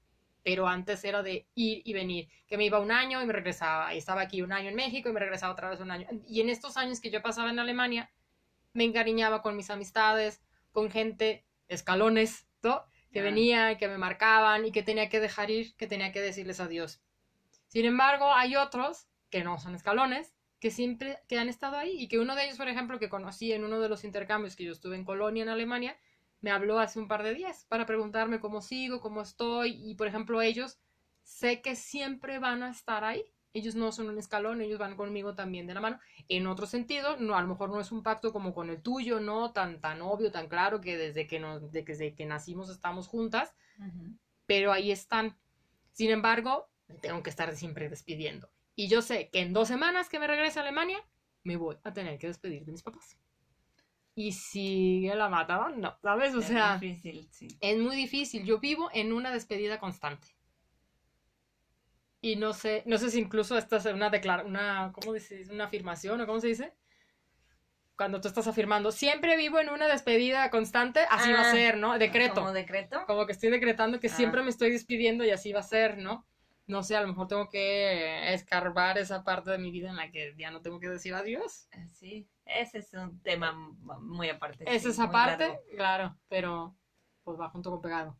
pero antes era de ir y venir, que me iba un año y me regresaba, y estaba aquí un año en México y me regresaba otra vez un año. Y en estos años que yo pasaba en Alemania, me encariñaba con mis amistades, con gente, escalones, ¿no? Que ah. venía, que me marcaban y que tenía que dejar ir, que tenía que decirles adiós. Sin embargo, hay otros que no son escalones, que siempre que han estado ahí, y que uno de ellos, por ejemplo, que conocí en uno de los intercambios que yo estuve en Colonia, en Alemania, me habló hace un par de días para preguntarme cómo sigo, cómo estoy, y por ejemplo ellos sé que siempre van a estar ahí. Ellos no son un escalón, ellos van conmigo también de la mano. En otro sentido, no, a lo mejor no es un pacto como con el tuyo, no tan, tan obvio, tan claro, que desde que, nos, de que desde que nacimos estamos juntas, uh-huh. pero ahí están. Sin embargo, tengo que estar siempre despidiendo. Y yo sé que en dos semanas que me regrese a Alemania, me voy a tener que despedir de mis papás. Y sigue la mataban, no, ¿sabes? O es sea, difícil, sí. Es muy difícil. Yo vivo en una despedida constante. Y no sé, no sé si incluso esta es una declaración, una, ¿cómo dices? Una afirmación, ¿o cómo se dice? Cuando tú estás afirmando, siempre vivo en una despedida constante, así ah, va a ser, ¿no? Decreto. ¿Como decreto? Como que estoy decretando que ah. siempre me estoy despidiendo y así va a ser, ¿no? No sé, a lo mejor tengo que escarbar esa parte de mi vida en la que ya no tengo que decir adiós. Sí, ese es un tema muy aparte. Es sí, esa parte, largo. Claro, pero pues va junto con pegado.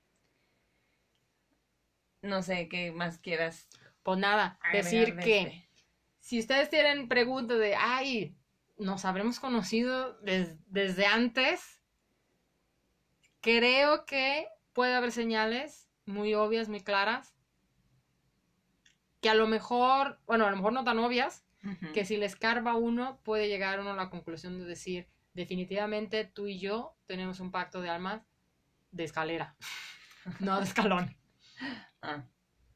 No sé, ¿qué más quieras? Pues nada, decir que este. Si ustedes tienen preguntas de, ay, nos habremos conocido des, desde antes, creo que puede haber señales muy obvias, muy claras, que a lo mejor, bueno, a lo mejor no tan obvias, uh-huh. que si le escarba uno, puede llegar uno a la conclusión de decir, definitivamente tú y yo tenemos un pacto de almas de escalera, no de escalón. Ah.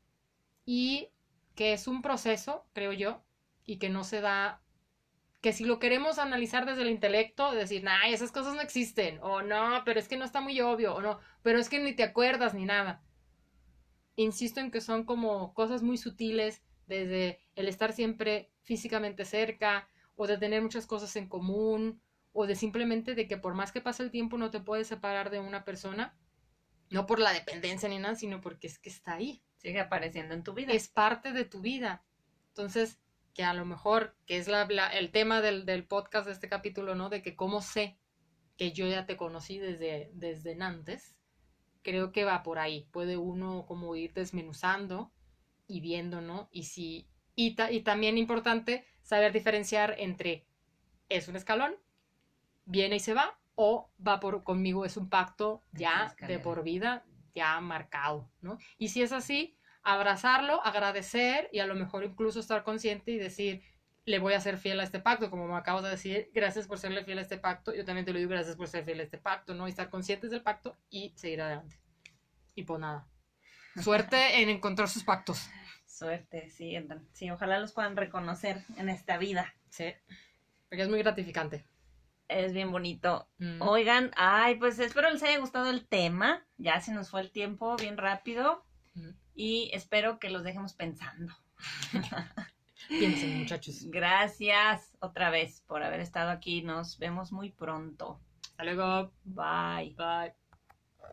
Y que es un proceso, creo yo, y que no se da, que si lo queremos analizar desde el intelecto, decir, nah, esas cosas no existen, o no, pero es que no está muy obvio, o no, pero es que ni te acuerdas ni nada. Insisto en que son como cosas muy sutiles, desde el estar siempre físicamente cerca, o de tener muchas cosas en común, o de simplemente de que por más que pase el tiempo no te puedes separar de una persona, no por la dependencia ni nada, sino porque es que está ahí. Sigue apareciendo en tu vida. Es parte de tu vida. Entonces, que a lo mejor, que es la, la, el tema del, del podcast de este capítulo, ¿no? De que cómo sé que yo ya te conocí desde, desde antes. Creo que va por ahí. Puede uno como ir desmenuzando y viendo, ¿no? Y si y, ta, y también importante saber diferenciar entre es un escalón, viene y se va, o va por conmigo, es un pacto ya de por vida, ya marcado, ¿no? Y si es así, abrazarlo, agradecer y a lo mejor incluso estar consciente y decir, le voy a ser fiel a este pacto, como me acabas de decir, gracias por serle fiel a este pacto, yo también te lo digo, gracias por ser fiel a este pacto, ¿no? Y estar conscientes del pacto y seguir adelante. Y pues nada, suerte en encontrar sus pactos. Suerte, sí, sí, ojalá los puedan reconocer en esta vida. Sí, porque es muy gratificante. Es bien bonito. Mm. Oigan, ay, pues espero les haya gustado el tema, ya se nos fue el tiempo bien rápido mm. y espero que los dejemos pensando. Piensen, muchachos. Gracias otra vez por haber estado aquí. Nos vemos muy pronto. Hasta luego. Bye. Bye.